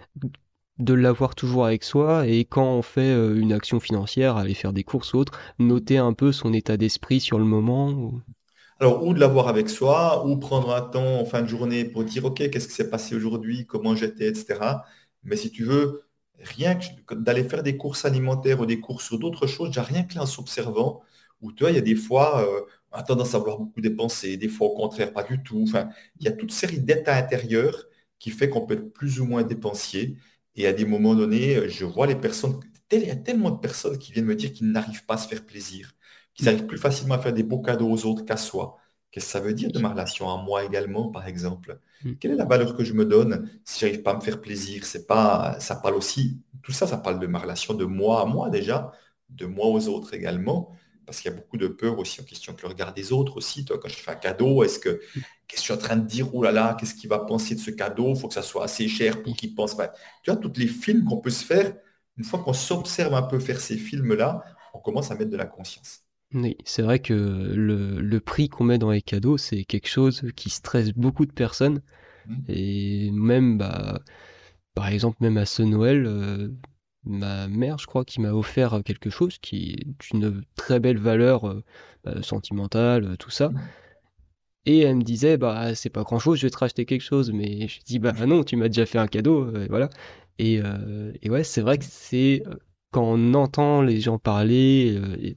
de l'avoir toujours avec soi et quand on fait une action financière, aller faire des courses ou autre, noter un peu son état d'esprit sur le moment. Alors, ou de l'avoir avec soi, ou prendre un temps en fin de journée pour dire, OK, qu'est-ce qui s'est passé aujourd'hui, comment j'étais, etc. Mais si tu veux, rien que d'aller faire des courses alimentaires ou des courses sur d'autres choses, déjà rien que là en s'observant, où tu vois, il y a des fois, on a tendance à vouloir beaucoup dépenser, des fois au contraire, pas du tout. Enfin, il y a toute série d'états intérieurs qui fait qu'on peut être plus ou moins dépensier. Et à des moments donnés, je vois les personnes, il y a tellement de personnes qui viennent me dire qu'ils n'arrivent pas à se faire plaisir, qu'ils Mm. arrivent plus facilement à faire des beaux cadeaux aux autres qu'à soi. Qu'est-ce que ça veut dire de Oui. ma relation à moi également, par exemple? Mm. Quelle est la valeur que je me donne si j'arrive pas à me faire plaisir? C'est pas, ça parle aussi, tout ça, ça parle de ma relation de moi à moi déjà, de moi aux autres également, parce qu'il y a beaucoup de peur aussi en question que le regard des autres aussi. Toi, quand je fais un cadeau, qu'est-ce que je suis en train de dire? Oh là là, qu'est-ce qu'il va penser de ce cadeau? Il faut que ça soit assez cher pour Oui. qu'il pense. Enfin, tu vois, tous les films qu'on peut se faire, une fois qu'on s'observe un peu faire ces films-là, on commence à mettre de la conscience. Oui, c'est vrai que le prix qu'on met dans les cadeaux, c'est quelque chose qui stresse beaucoup de personnes. Hmm. Et même, bah, par exemple, même à ce Noël, ma mère, je crois, qui m'a offert quelque chose qui est d'une très belle valeur sentimentale, tout ça. Hmm. Et elle me disait, bah, c'est pas grand-chose, je vais te racheter quelque chose. Mais je dis, bah non, tu m'as déjà fait un cadeau, et voilà. Et ouais, c'est vrai que quand on entend les gens parler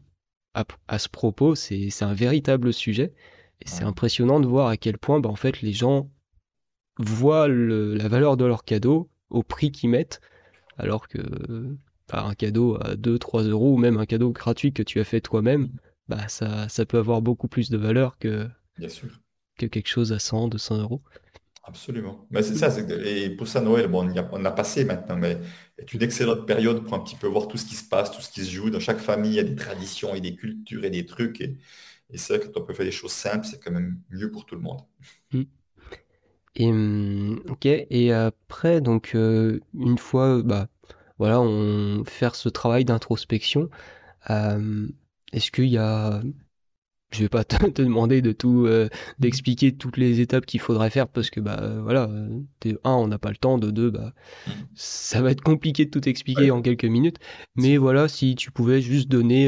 à ce propos, c'est un véritable sujet. Et c'est Ouais, impressionnant de voir à quel point, bah, en fait, les gens voient la valeur de leur cadeau au prix qu'ils mettent, alors que bah, un cadeau à 2, 3 euros, ou même un cadeau gratuit que tu as fait toi-même, bah, ça peut avoir beaucoup plus de valeur bien sûr. que quelque chose à 100, 200 euros. Absolument. Mais c'est Mm. ça. Et pour ça, Noël, bon, on a passé maintenant, mais c'est une excellente période pour un petit peu voir tout ce qui se passe, tout ce qui se joue. Dans chaque famille, il y a des traditions et des cultures et des trucs. Et c'est vrai que quand on peut faire des choses simples, c'est quand même mieux pour tout le monde. Mm. Et ok. Et après, donc une fois, bah voilà, on faire ce travail d'introspection. euh, Est-ce qu'il y a, je vais pas te demander de tout, d'expliquer toutes les étapes qu'il faudrait faire parce que bah voilà, on n'a pas le temps, de deux, bah Mhm. ça va être compliqué de tout expliquer Ouais, en quelques minutes. bien Mais sûr. voilà, si tu pouvais juste donner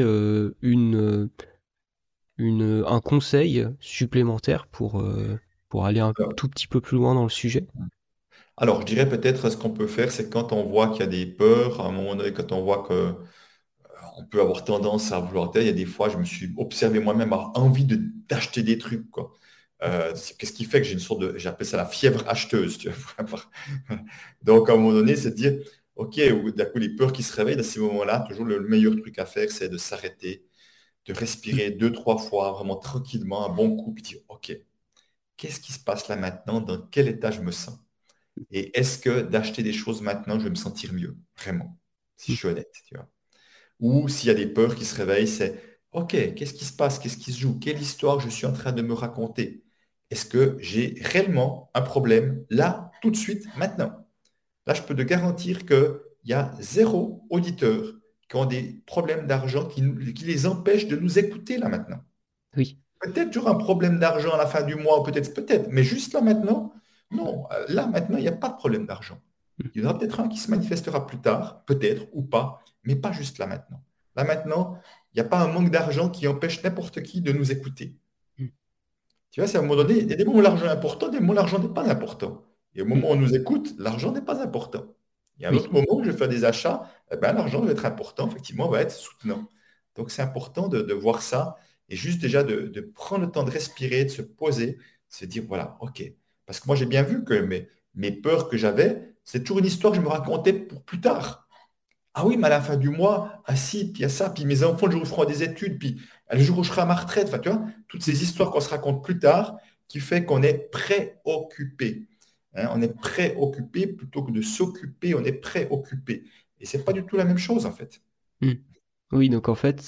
un conseil supplémentaire pour aller un Alors, tout petit peu plus loin dans le sujet. alors, je dirais peut-être ce qu'on peut faire, c'est quand on voit qu'il y a des peurs, à un moment donné, quand on voit que on peut avoir tendance à vouloir. Il y a des fois, je me suis observé moi-même avoir envie d'acheter des trucs, quoi. Qu'est-ce qui fait que j'ai une sorte de, j'appelle ça la fièvre acheteuse, tu vois. Donc, à un moment donné, c'est de dire, OK, ou d'un coup, les peurs qui se réveillent, dans ces moments-là, toujours le meilleur truc à faire, c'est de s'arrêter, de Mm. respirer 2, 3 fois, vraiment tranquillement, un bon coup, puis dire, OK, qu'est-ce qui se passe là maintenant? Dans quel état je me sens? Et est-ce que d'acheter des choses maintenant, je vais me sentir mieux? Vraiment, si je Mm. suis honnête, tu vois. Ou s'il y a des peurs qui se réveillent, c'est OK, qu'est-ce qui se passe? Qu'est-ce qui se joue? Quelle histoire je suis en train de me raconter? Est-ce que j'ai réellement un problème là, tout de suite, maintenant? Là, je peux te garantir qu'il y a zéro auditeur qui ont des problèmes d'argent qui les empêchent de nous écouter là maintenant. Oui. Peut-être j'aurai un problème d'argent à la fin du mois, peut-être, mais juste là maintenant, non, là maintenant, il n'y a pas de problème d'argent. Mm. Il y en aura peut-être un qui se manifestera plus tard, peut-être ou pas, mais pas juste là maintenant. Là maintenant, il n'y a pas un manque d'argent qui empêche n'importe qui de nous écouter. Mm. Tu vois, c'est à un moment donné, il y a des moments où l'argent est important, des moments où l'argent n'est pas important. Et au Mm. moment où on nous écoute, l'argent n'est pas important. Il y a un Oui. autre moment où je vais faire des achats, eh ben, l'argent va être important, effectivement, va être soutenant. Donc c'est important de voir ça et juste déjà de prendre le temps de respirer, de se poser, de se dire, voilà, OK. Parce que moi, j'ai bien vu que mes peurs que j'avais, c'est toujours une histoire que je me racontais pour plus tard. Ah oui, mais à la fin du mois, ah si, puis il y a ça, puis mes enfants, le jour où ils feront des études, puis le jour où je serai à ma retraite, enfin, tu vois, toutes Mm. ces histoires qu'on se raconte plus tard, qui fait qu'on est préoccupé. Hein, on est préoccupé plutôt que de s'occuper, on est préoccupé. Et c'est pas du tout la même chose, en fait. Mm. Oui, donc en fait,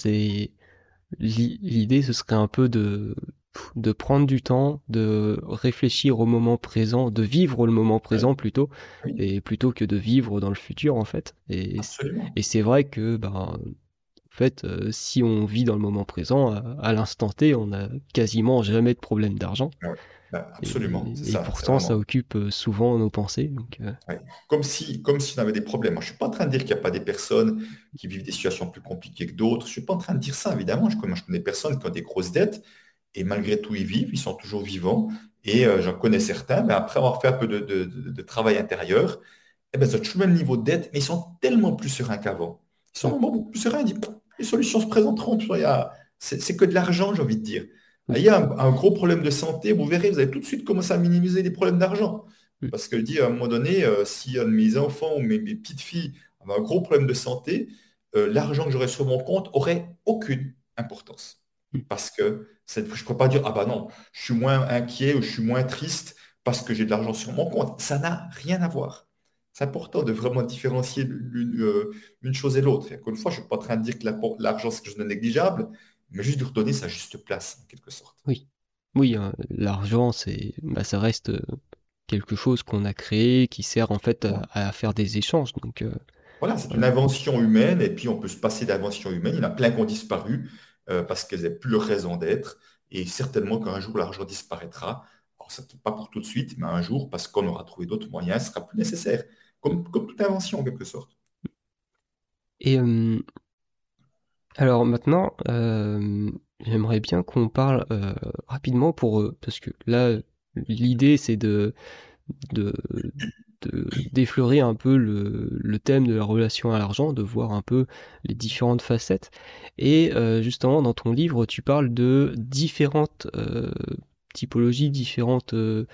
l'idée, ce serait un peu de prendre du temps, de réfléchir au moment présent, de vivre le moment Oui, présent plutôt, oui, et plutôt que de vivre dans le futur en fait. Et absolument. c'est vrai que ben, en fait, si on vit dans le moment présent, à l'instant T, on n'a quasiment jamais de problème d'argent. Ah ouais, ben, absolument, c'est Et ça, c'est pourtant, ça vraiment. occupe souvent nos pensées. Donc, Ouais. Comme si on avait des problèmes. Moi, je ne suis pas en train de dire qu'il n'y a pas des personnes qui vivent des situations plus compliquées que d'autres. Je ne suis pas en train de dire ça, évidemment. Je connais des personnes qui ont des grosses dettes et malgré tout, ils vivent, ils sont toujours vivants. Et j'en connais certains, mais après avoir fait un peu de travail intérieur, eh ben, ils ont toujours le même niveau de dette, mais ils sont tellement plus sereins qu'avant. Ils sont mm, vraiment beaucoup plus sereins. Ils disent, les solutions se présenteront. Tu vois, c'est que de l'argent, j'ai envie de dire. Il oui, y a un gros problème de santé, vous verrez, vous allez tout de suite commencer à minimiser les problèmes d'argent. Mm. Parce que je dis, à un moment donné, si un de mes enfants ou mes petites filles avaient un gros problème de santé, l'argent que j'aurais sur mon compte aurait aucune importance. Mm. Parce que je ne peux pas dire, ah bah non, je suis moins inquiet ou je suis moins triste parce que j'ai de l'argent sur mon compte. Ça n'a rien à voir. C'est important de vraiment différencier une chose et l'autre. Encore une fois, je ne suis pas en train de dire que l'argent, c'est quelque chose de négligeable, mais juste de redonner sa juste place, en quelque sorte. Oui. Oui, l'argent, ça reste quelque chose qu'on a créé qui sert en fait Voilà. à faire des échanges. Donc, Voilà, c'est une voilà. invention humaine, et puis on peut se passer d'inventions humaines. Il y en a plein qui ont disparu parce qu'elles n'avaient plus leur raison d'être. Et certainement qu'un jour, l'argent disparaîtra. Alors, ça peut pas pour tout de suite, mais un jour, parce qu'on aura trouvé d'autres moyens, ce sera plus nécessaire. Comme toute invention, en quelque sorte. Et alors maintenant, j'aimerais bien qu'on parle rapidement parce que là, l'idée c'est de, d'effleurer un peu le thème de la relation à l'argent, de voir un peu les différentes facettes. Et justement, dans ton livre, tu parles de différentes typologies, différentes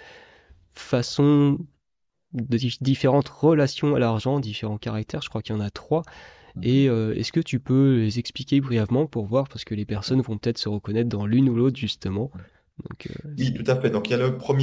façons, différentes relations à l'argent, différents caractères. Je crois qu'il y en a trois. Et Mhm. est-ce que tu peux les expliquer brièvement pour voir, parce que les personnes vont peut-être se reconnaître dans l'une ou l'autre justement. Donc, Oui, tout à fait. Donc, il y a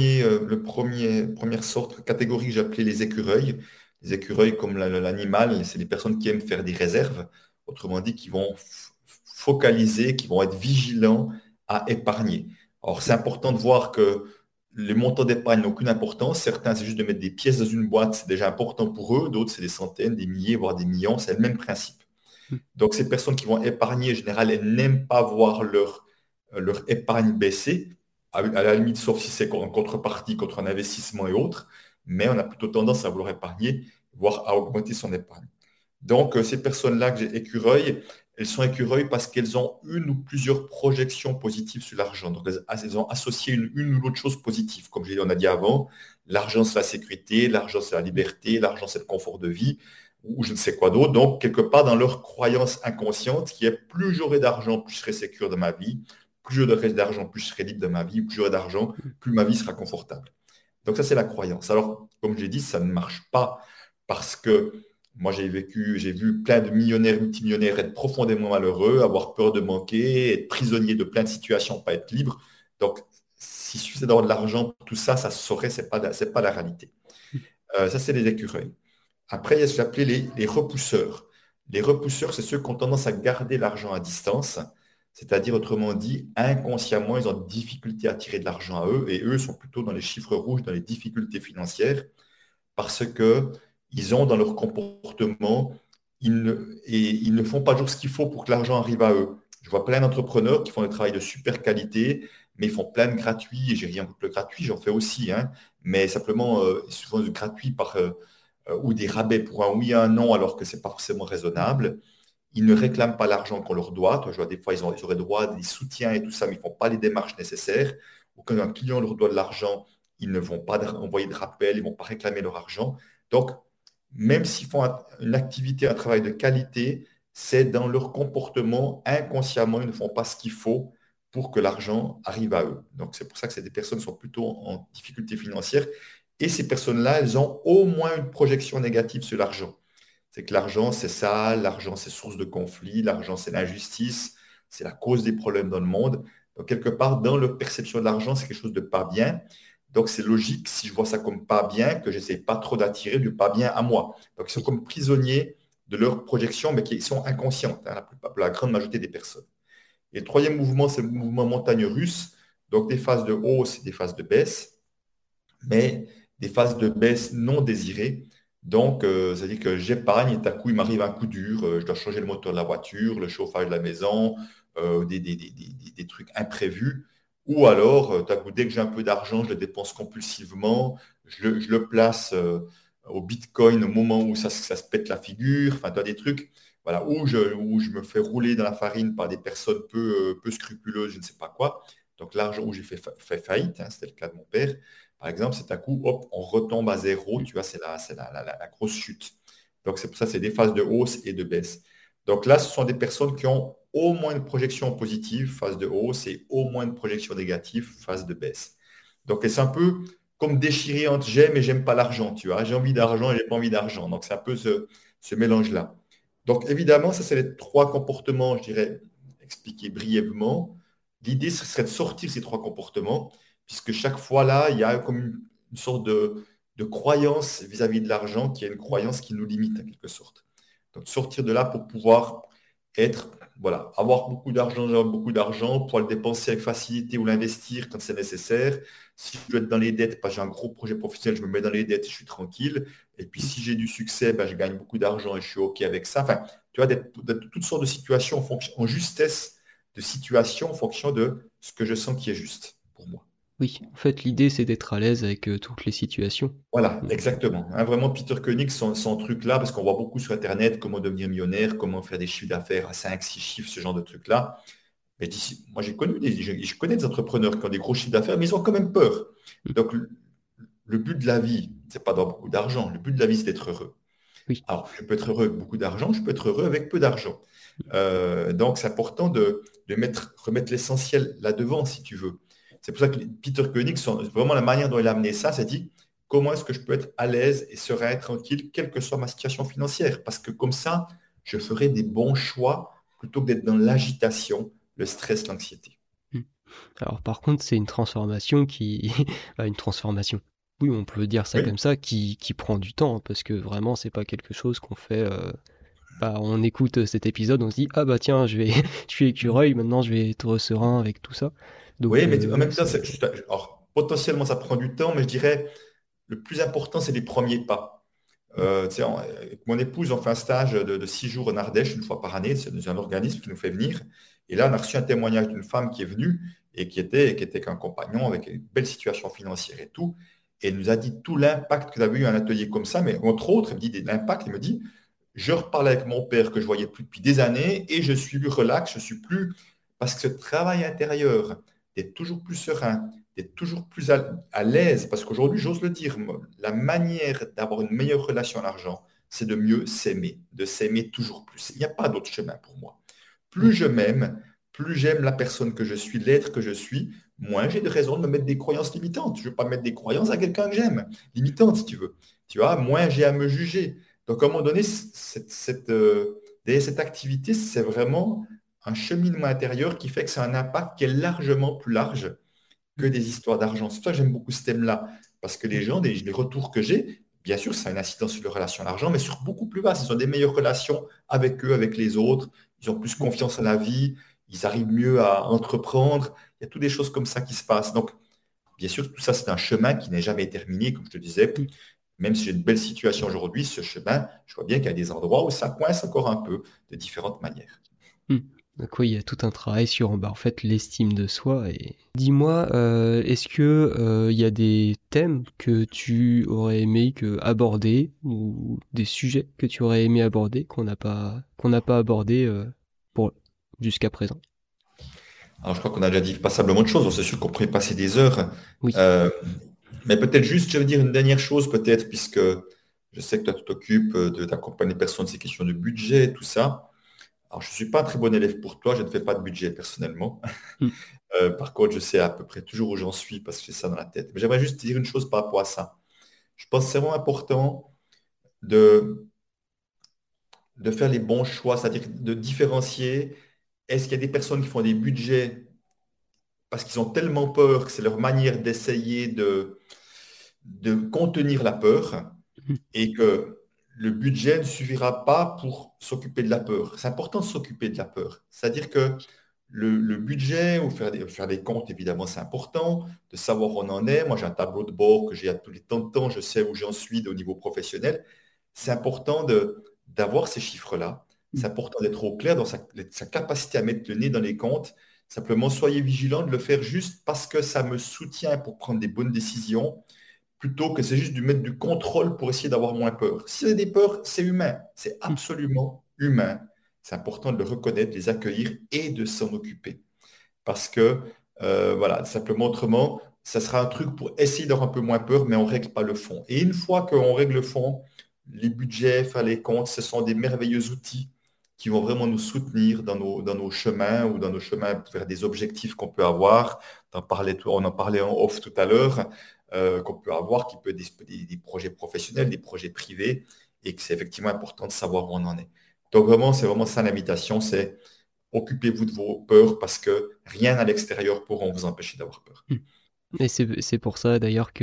première sorte, catégorie que j'appelais les écureuils. Les écureuils, comme l'animal, c'est des personnes qui aiment faire des réserves. Autrement dit, qui vont focaliser, qui vont être vigilants à épargner. Alors, c'est important de voir que les montants d'épargne n'ont aucune importance. Certains, c'est juste de mettre des pièces dans une boîte, c'est déjà important pour eux. D'autres, c'est des centaines, des milliers, voire des millions. C'est le même principe. Donc, ces personnes qui vont épargner, en général, elles n'aiment pas voir leur épargne baisser, à la limite, sauf si c'est en contrepartie contre un investissement et autres, mais on a plutôt tendance à vouloir épargner, voire à augmenter son épargne. Donc, ces personnes-là que j'ai écureuils, elles sont écureuils parce qu'elles ont une ou plusieurs projections positives sur l'argent. Donc, elles ont associé une ou l'autre chose positive. Comme on a dit avant, l'argent, c'est la sécurité, l'argent, c'est la liberté, l'argent, c'est le confort de vie, ou je ne sais quoi d'autre. Donc, quelque part dans leur croyance inconsciente, qui est plus j'aurai d'argent, plus je serai sécure de ma vie, plus j'aurai d'argent, plus je serai libre de ma vie, plus j'aurai d'argent, plus ma vie sera confortable. Donc, ça, c'est la croyance. Alors, comme j'ai dit, ça ne marche pas parce que moi, j'ai vu plein de millionnaires, multimillionnaires être profondément malheureux, avoir peur de manquer, être prisonnier de plein de situations, pas être libre. Donc, s'il suffisait d'avoir de l'argent, tout ça, ça se saurait, c'est pas la réalité. Ça, c'est les écureuils. Après, il y a ce que j'appelais les repousseurs. Les repousseurs, c'est ceux qui ont tendance à garder l'argent à distance, c'est-à-dire, autrement dit, inconsciemment, ils ont des difficultés à tirer de l'argent à eux, et eux sont plutôt dans les chiffres rouges, dans les difficultés financières parce que ils ont dans leur comportement, ils ne font pas toujours ce qu'il faut pour que l'argent arrive à eux. Je vois plein d'entrepreneurs qui font des travail de super qualité, mais ils font plein de gratuits, et j'ai rien contre le gratuit, j'en fais aussi, hein, mais simplement souvent du gratuit ou des rabais pour un oui et un non, alors que ce n'est pas forcément raisonnable. Ils ne réclament pas l'argent qu'on leur doit. Je vois, des fois, ils auraient droit à des soutiens et tout ça, mais ils ne font pas les démarches nécessaires. Ou quand un client leur doit de l'argent, ils ne vont pas envoyer de rappel, ils ne vont pas réclamer leur argent. Donc, même s'ils font une activité, un travail de qualité, c'est dans leur comportement, inconsciemment, ils ne font pas ce qu'il faut pour que l'argent arrive à eux. Donc, c'est pour ça que ces personnes sont plutôt en difficulté financière. Et ces personnes-là, elles ont au moins une projection négative sur l'argent. C'est que l'argent, c'est ça, l'argent, c'est source de conflit, l'argent, c'est l'injustice, c'est la cause des problèmes dans le monde. Donc, quelque part, dans leur perception de l'argent, c'est quelque chose de pas bien. Donc, c'est logique, si je vois ça comme pas bien, que j'essaie pas trop d'attirer du pas bien à moi. Donc, ils sont oui. comme prisonniers de leurs projections, mais qui sont inconscientes, hein, la grande majorité des personnes. Et le troisième mouvement, c'est le mouvement montagne russe. Donc, des phases de hausse et des phases de baisse, mais des phases de baisse non désirées. Donc, ça dit que j'épargne et d'un coup, il m'arrive un coup dur. Je dois changer le moteur de la voiture, le chauffage de la maison, des trucs imprévus. Ou alors, d'un coup, dès que j'ai un peu d'argent, je le dépense compulsivement. Je le place au Bitcoin au moment où ça se pète la figure. Enfin, tu as des trucs voilà, où je me fais rouler dans la farine par des personnes peu scrupuleuses, je ne sais pas quoi. Donc, l'argent où j'ai fait faillite, hein, c'était le cas de mon père. Par exemple, c'est un coup, hop, on retombe à zéro, tu vois, c'est la grosse chute. Donc, c'est pour ça, c'est des phases de hausse et de baisse. Donc là, ce sont des personnes qui ont au moins une projection positive, phase de hausse, et au moins une projection négative, phase de baisse. Donc, c'est un peu comme déchiré entre j'aime et j'aime pas l'argent, tu vois. J'ai envie d'argent et j'ai pas envie d'argent. Donc, c'est un peu ce mélange-là. Donc, évidemment, ça, c'est les trois comportements, je dirais, expliqués brièvement. L'idée, ce serait de sortir ces trois comportements, puisque chaque fois là, il y a comme une sorte de croyance vis-à-vis de l'argent qui est une croyance qui nous limite en quelque sorte. Donc, sortir de là pour pouvoir être, voilà, avoir beaucoup d'argent, pouvoir le dépenser avec facilité ou l'investir quand c'est nécessaire. Si je veux être dans les dettes, parce que j'ai un gros projet professionnel, je me mets dans les dettes et je suis tranquille. Et puis si j'ai du succès, ben, je gagne beaucoup d'argent et je suis OK avec ça. Enfin, tu vois, d'être toutes sortes de situations en justesse de situation en fonction de ce que je sens qui est juste pour moi. Oui, en fait, l'idée, c'est d'être à l'aise avec toutes les situations. Voilà, Mm. exactement. Hein, vraiment, Peter Koenig, son truc-là, parce qu'on voit beaucoup sur Internet comment devenir millionnaire, comment faire des chiffres d'affaires à 5, 6 chiffres, ce genre de trucs-là. Mais d'ici, moi, je connais des entrepreneurs qui ont des gros chiffres d'affaires, mais ils ont quand même peur. Mm. Donc, le but de la vie, c'est pas d'avoir beaucoup d'argent. Le but de la vie, c'est d'être heureux. Oui. Alors, je peux être heureux avec beaucoup d'argent, je peux être heureux avec peu d'argent. Donc, c'est important de remettre l'essentiel là-devant, si tu veux. C'est pour ça que Peter Koenig, vraiment la manière dont il a amené ça, c'est dit, comment est-ce que je peux être à l'aise et serein, tranquille, quelle que soit ma situation financière? Parce que comme ça, je ferai des bons choix plutôt que d'être dans l'agitation, le stress, l'anxiété. Mm. Alors par contre, c'est une transformation qui... bah, une transformation. Oui, on peut dire ça Oui, comme ça, qui prend du temps, hein, parce que vraiment, c'est pas quelque chose qu'on fait... Bah, on écoute cet épisode, on se dit, ah bah tiens, je vais... je suis écureuil, maintenant je vais être serein avec tout ça. Donc, oui, mais en même temps, alors, potentiellement, ça prend du temps, mais je dirais, le plus important, c'est les premiers pas. Tu sais, avec mon épouse, on fait un stage de 6 jours en Ardèche, une fois par année. C'est un organisme qui nous fait venir. Et là, on a reçu un témoignage d'une femme qui est venue et qui était qu'un compagnon avec une belle situation financière et tout. Et elle nous a dit tout l'impact que avait eu un atelier comme ça. Mais entre autres, elle me dit l'impact, elle me dit, je reparle avec mon père que je voyais plus depuis des années et je suis plus relax, je suis plus... Parce que ce travail intérieur, d'être toujours plus serein, d'être toujours plus à l'aise, parce qu'aujourd'hui, j'ose le dire, la manière d'avoir une meilleure relation à l'argent, c'est de mieux s'aimer, de s'aimer toujours plus. Il n'y a pas d'autre chemin pour moi. Plus mm, je m'aime, plus j'aime la personne que je suis, l'être que je suis, moins j'ai de raison de me mettre des croyances limitantes. Je ne veux pas mettre des croyances à quelqu'un que j'aime, limitantes si tu veux. Tu vois, moins j'ai à me juger. Donc à un moment donné, derrière cette activité, c'est vraiment un cheminement intérieur qui fait que c'est un impact qui est largement plus large que des histoires d'argent. C'est pour ça que j'aime beaucoup ce thème-là, parce que les mm, gens, les retours que j'ai, bien sûr, ça a une incidence sur leur relation à l'argent, mais sur beaucoup plus vaste. Ils ont des meilleures relations avec eux, avec les autres, ils ont plus mm, confiance en la vie, ils arrivent mieux à entreprendre. Il y a toutes des choses comme ça qui se passent. Donc, bien sûr, tout ça, c'est un chemin qui n'est jamais terminé, comme je te disais. mm, Même si j'ai une belle situation aujourd'hui, ce chemin, je vois bien qu'il y a des endroits où ça coince encore un peu de différentes manières. mm. Donc oui, il y a tout un travail sur bah, en fait l'estime de soi. Et dis-moi, est-ce que il y a des thèmes que tu aurais aimé aborder ou des sujets que tu aurais aimé aborder qu'on n'a pas abordé pour jusqu'à présent? Alors, je crois qu'on a déjà dit passablement de choses. C'est sûr qu'on pourrait passer des heures. Oui. Euh, mais peut-être juste, je veux dire une dernière chose, peut-être, puisque je sais que toi, tu t'occupes d'accompagner les personnes ces questions de budget, tout ça. Alors, je ne suis pas un très bon élève pour toi, je ne fais pas de budget personnellement. Mm, Par contre, je sais à peu près toujours où j'en suis parce que j'ai ça dans la tête. Mais j'aimerais juste te dire une chose par rapport à ça. Je pense que c'est vraiment important de, de faire les bons choix, c'est-à-dire de différencier. Est-ce qu'il y a des personnes qui font des budgets parce qu'ils ont tellement peur que c'est leur manière d'essayer de contenir la peur mm, et que le budget ne suffira pas pour s'occuper de la peur. C'est important de s'occuper de la peur. C'est-à-dire que le budget ou faire des comptes, évidemment, c'est important, de savoir où on en est. Moi, j'ai un tableau de bord que j'ai à tous les temps de temps, je sais où j'en suis au niveau professionnel. C'est important d'avoir ces chiffres-là. mm, C'est important d'être au clair dans sa capacité à mettre le nez dans les comptes. Simplement, soyez vigilant de le faire juste parce que ça me soutient pour prendre des bonnes décisions plutôt que c'est juste de mettre du contrôle pour essayer d'avoir moins peur. Si vous avez des peurs, c'est humain, c'est mm, absolument humain. C'est important de le reconnaître, de les accueillir et de s'en occuper. Parce que, voilà, simplement autrement, ça sera un truc pour essayer d'avoir un peu moins peur, mais on ne règle pas le fond. Et une fois qu'on règle le fond, les budgets, faire les comptes, ce sont des merveilleux outils qui vont vraiment nous soutenir dans nos chemins ou dans nos chemins vers des objectifs qu'on peut avoir. On en parlait en off tout à l'heure. qu'on peut avoir, qui peut être des projets professionnels, des projets privés, et que c'est effectivement important de savoir où on en est. Donc vraiment, c'est vraiment ça l'invitation, c'est occupez-vous de vos peurs parce que rien à l'extérieur pourra vous empêcher d'avoir peur. Et c'est pour ça d'ailleurs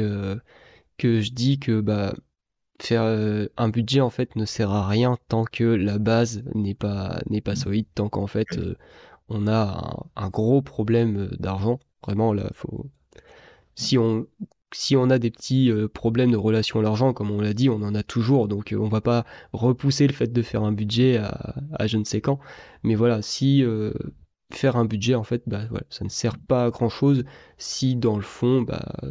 que je dis que faire un budget en fait ne sert à rien tant que la base n'est pas solide, tant qu'en fait Oui. on a un gros problème d'argent. Vraiment là, si on si on a des petits problèmes de relation à l'argent, comme on l'a dit, on en a toujours, donc on va pas repousser le fait de faire un budget à je ne sais quand. Mais voilà, si faire un budget en fait, voilà, ça ne sert pas à grand chose si dans le fond,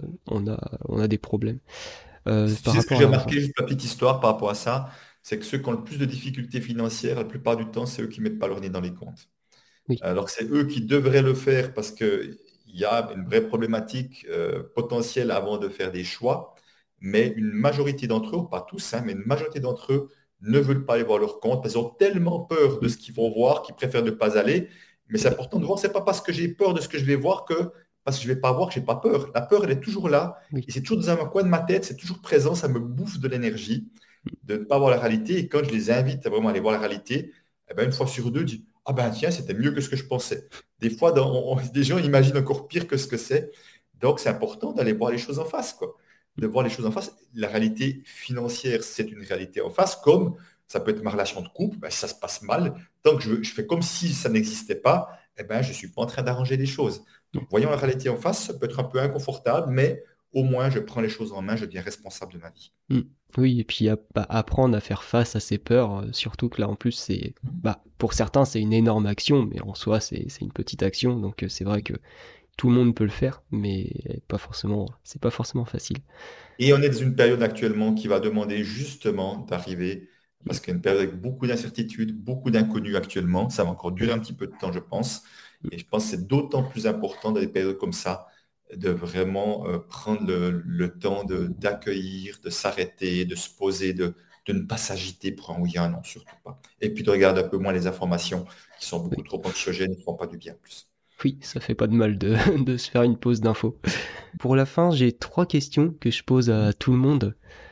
on a des problèmes Tu par sais ce que rapport à j'ai l'argent. remarqué, juste la petite histoire par rapport à ça, c'est que ceux qui ont le plus de difficultés financières, la plupart du temps, c'est eux qui mettent pas leur nez dans les comptes. Oui, Alors que c'est eux qui devraient le faire parce qu'il y a une vraie problématique potentielle avant de faire des choix. Mais une majorité d'entre eux, pas tous, hein, mais une majorité d'entre eux ne veulent pas aller voir leur compte parce qu'ils ont tellement peur de mm, ce qu'ils vont voir qu'ils préfèrent ne pas aller. Mais c'est ouais, important de voir, c'est pas parce que j'ai peur de ce que je vais voir que parce que je ne vais pas voir que j'ai pas peur. La peur, elle est toujours là oui, et c'est toujours dans un coin de ma tête, c'est toujours présent, ça me bouffe de l'énergie de ne pas voir la réalité. Et quand je les invite à vraiment aller voir la réalité, eh ben, une fois sur deux, je dis ah ben tiens, c'était mieux que ce que je pensais. Des fois, des gens imaginent encore pire que ce que c'est. Donc, c'est important d'aller voir les choses en face, quoi. De voir les choses en face. La réalité financière, c'est une réalité en face, comme ça peut être ma relation de couple. Ben, si ça se passe mal, tant que je fais comme si ça n'existait pas, eh ben, je ne suis pas en train d'arranger les choses. mm, Donc, voyons la réalité en face, ça peut être un peu inconfortable, mais au moins, je prends les choses en main, je deviens responsable de ma vie. mm. Oui, et puis apprendre à faire face à ses peurs, surtout que là en plus pour certains c'est une énorme action, mais en soi c'est une petite action, donc c'est vrai que tout le monde peut le faire, mais c'est pas forcément facile. Et on est dans une période actuellement qui va demander justement d'arriver, parce qu'il y a une période avec beaucoup d'incertitudes, beaucoup d'inconnus actuellement. Ça va encore durer un petit peu de temps, je pense. Et je pense que c'est d'autant plus important dans des périodes comme ça de vraiment prendre le temps d'accueillir, de s'arrêter, de se poser, de ne pas s'agiter pour un oui, un non, surtout pas. Et puis de regarder un peu moins les informations qui sont beaucoup Oui, trop anxiogènes et ne font pas du bien en plus. oui, ça fait pas de mal de, de se faire une pause d'infos. Pour la fin, j'ai 3 questions que je pose à tout le monde.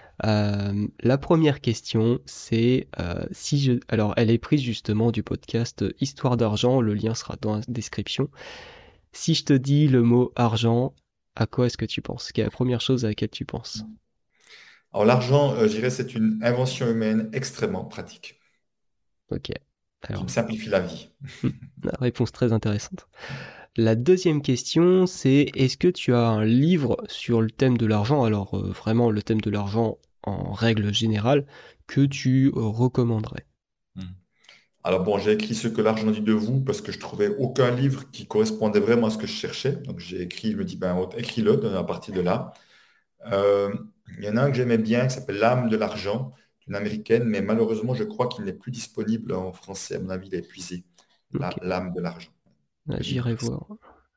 La première question, c'est si je... Alors, elle est prise justement du podcast Histoire d'argent, le lien sera dans la description. Si je te dis le mot argent, à quoi est-ce que tu penses? Quelle est la première chose à laquelle tu penses? Alors l'argent, je dirais, c'est une invention humaine extrêmement pratique Ok. qui me Alors, simplifie la vie. hmm, la réponse très intéressante. La deuxième question, c'est est-ce que tu as un livre sur le thème de l'argent, alors vraiment le thème de l'argent en règle générale, que tu recommanderais? Mm. Alors bon, j'ai écrit ce que l'argent dit de vous parce que je trouvais aucun livre qui correspondait vraiment à ce que je cherchais. Donc j'ai écrit, je me dis, ben, écris-le à partir de là. Euh, il y en a un que j'aimais bien qui s'appelle L'âme de l'argent, une américaine, mais malheureusement, je crois qu'il n'est plus disponible en français. À mon avis, il est épuisé. Ok, L'âme de l'argent. là, Le livre j'irai précis. voir.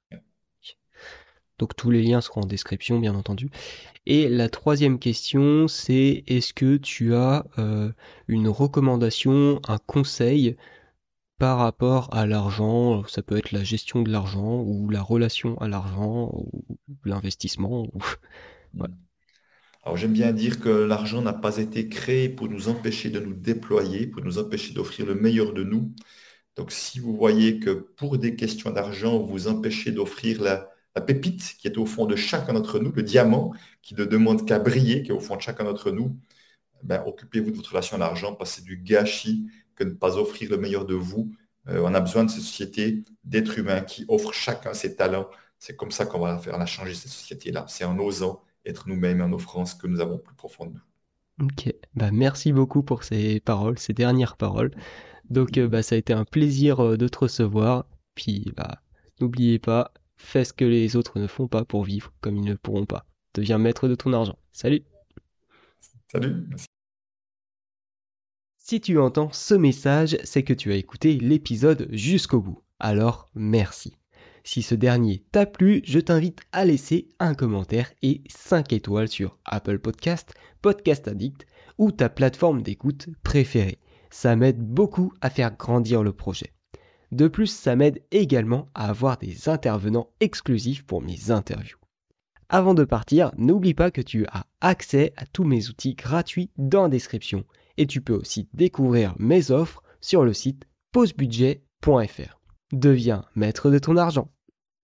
Donc tous les liens seront en description, bien entendu. Et la troisième question, c'est est-ce que tu as une recommandation, un conseil par rapport à l'argent? Ça peut être la gestion de l'argent ou la relation à l'argent ou l'investissement. Voilà. Alors j'aime bien dire que l'argent n'a pas été créé pour nous empêcher de nous déployer, pour nous empêcher d'offrir le meilleur de nous. Donc si vous voyez que pour des questions d'argent, vous vous empêchez d'offrir la pépite qui est au fond de chacun d'entre nous, le diamant qui ne demande qu'à briller, qui est au fond de chacun d'entre nous, ben, occupez-vous de votre relation à l'argent parce que c'est du gâchis que de ne pas offrir le meilleur de vous. On a besoin de cette société d'êtres humains qui offrent chacun ses talents. C'est comme ça qu'on va faire la changer cette société-là. C'est en osant être nous-mêmes, en offrant ce que nous avons plus profond de nous. Ok, merci beaucoup pour ces paroles, ces dernières paroles. Donc ça a été un plaisir de te recevoir. Puis n'oubliez pas, fais ce que les autres ne font pas pour vivre comme ils ne pourront pas. Deviens maître de ton argent. Salut! Salut! Si tu entends ce message, c'est que tu as écouté l'épisode jusqu'au bout. Alors merci. Si ce dernier t'a plu, je t'invite à laisser un commentaire et 5 étoiles sur Apple Podcast, Podcast Addict ou ta plateforme d'écoute préférée. Ça m'aide beaucoup à faire grandir le projet. De plus, ça m'aide également à avoir des intervenants exclusifs pour mes interviews. Avant de partir, n'oublie pas que tu as accès à tous mes outils gratuits dans la description et tu peux aussi découvrir mes offres sur le site pausebudget.fr. Deviens maître de ton argent.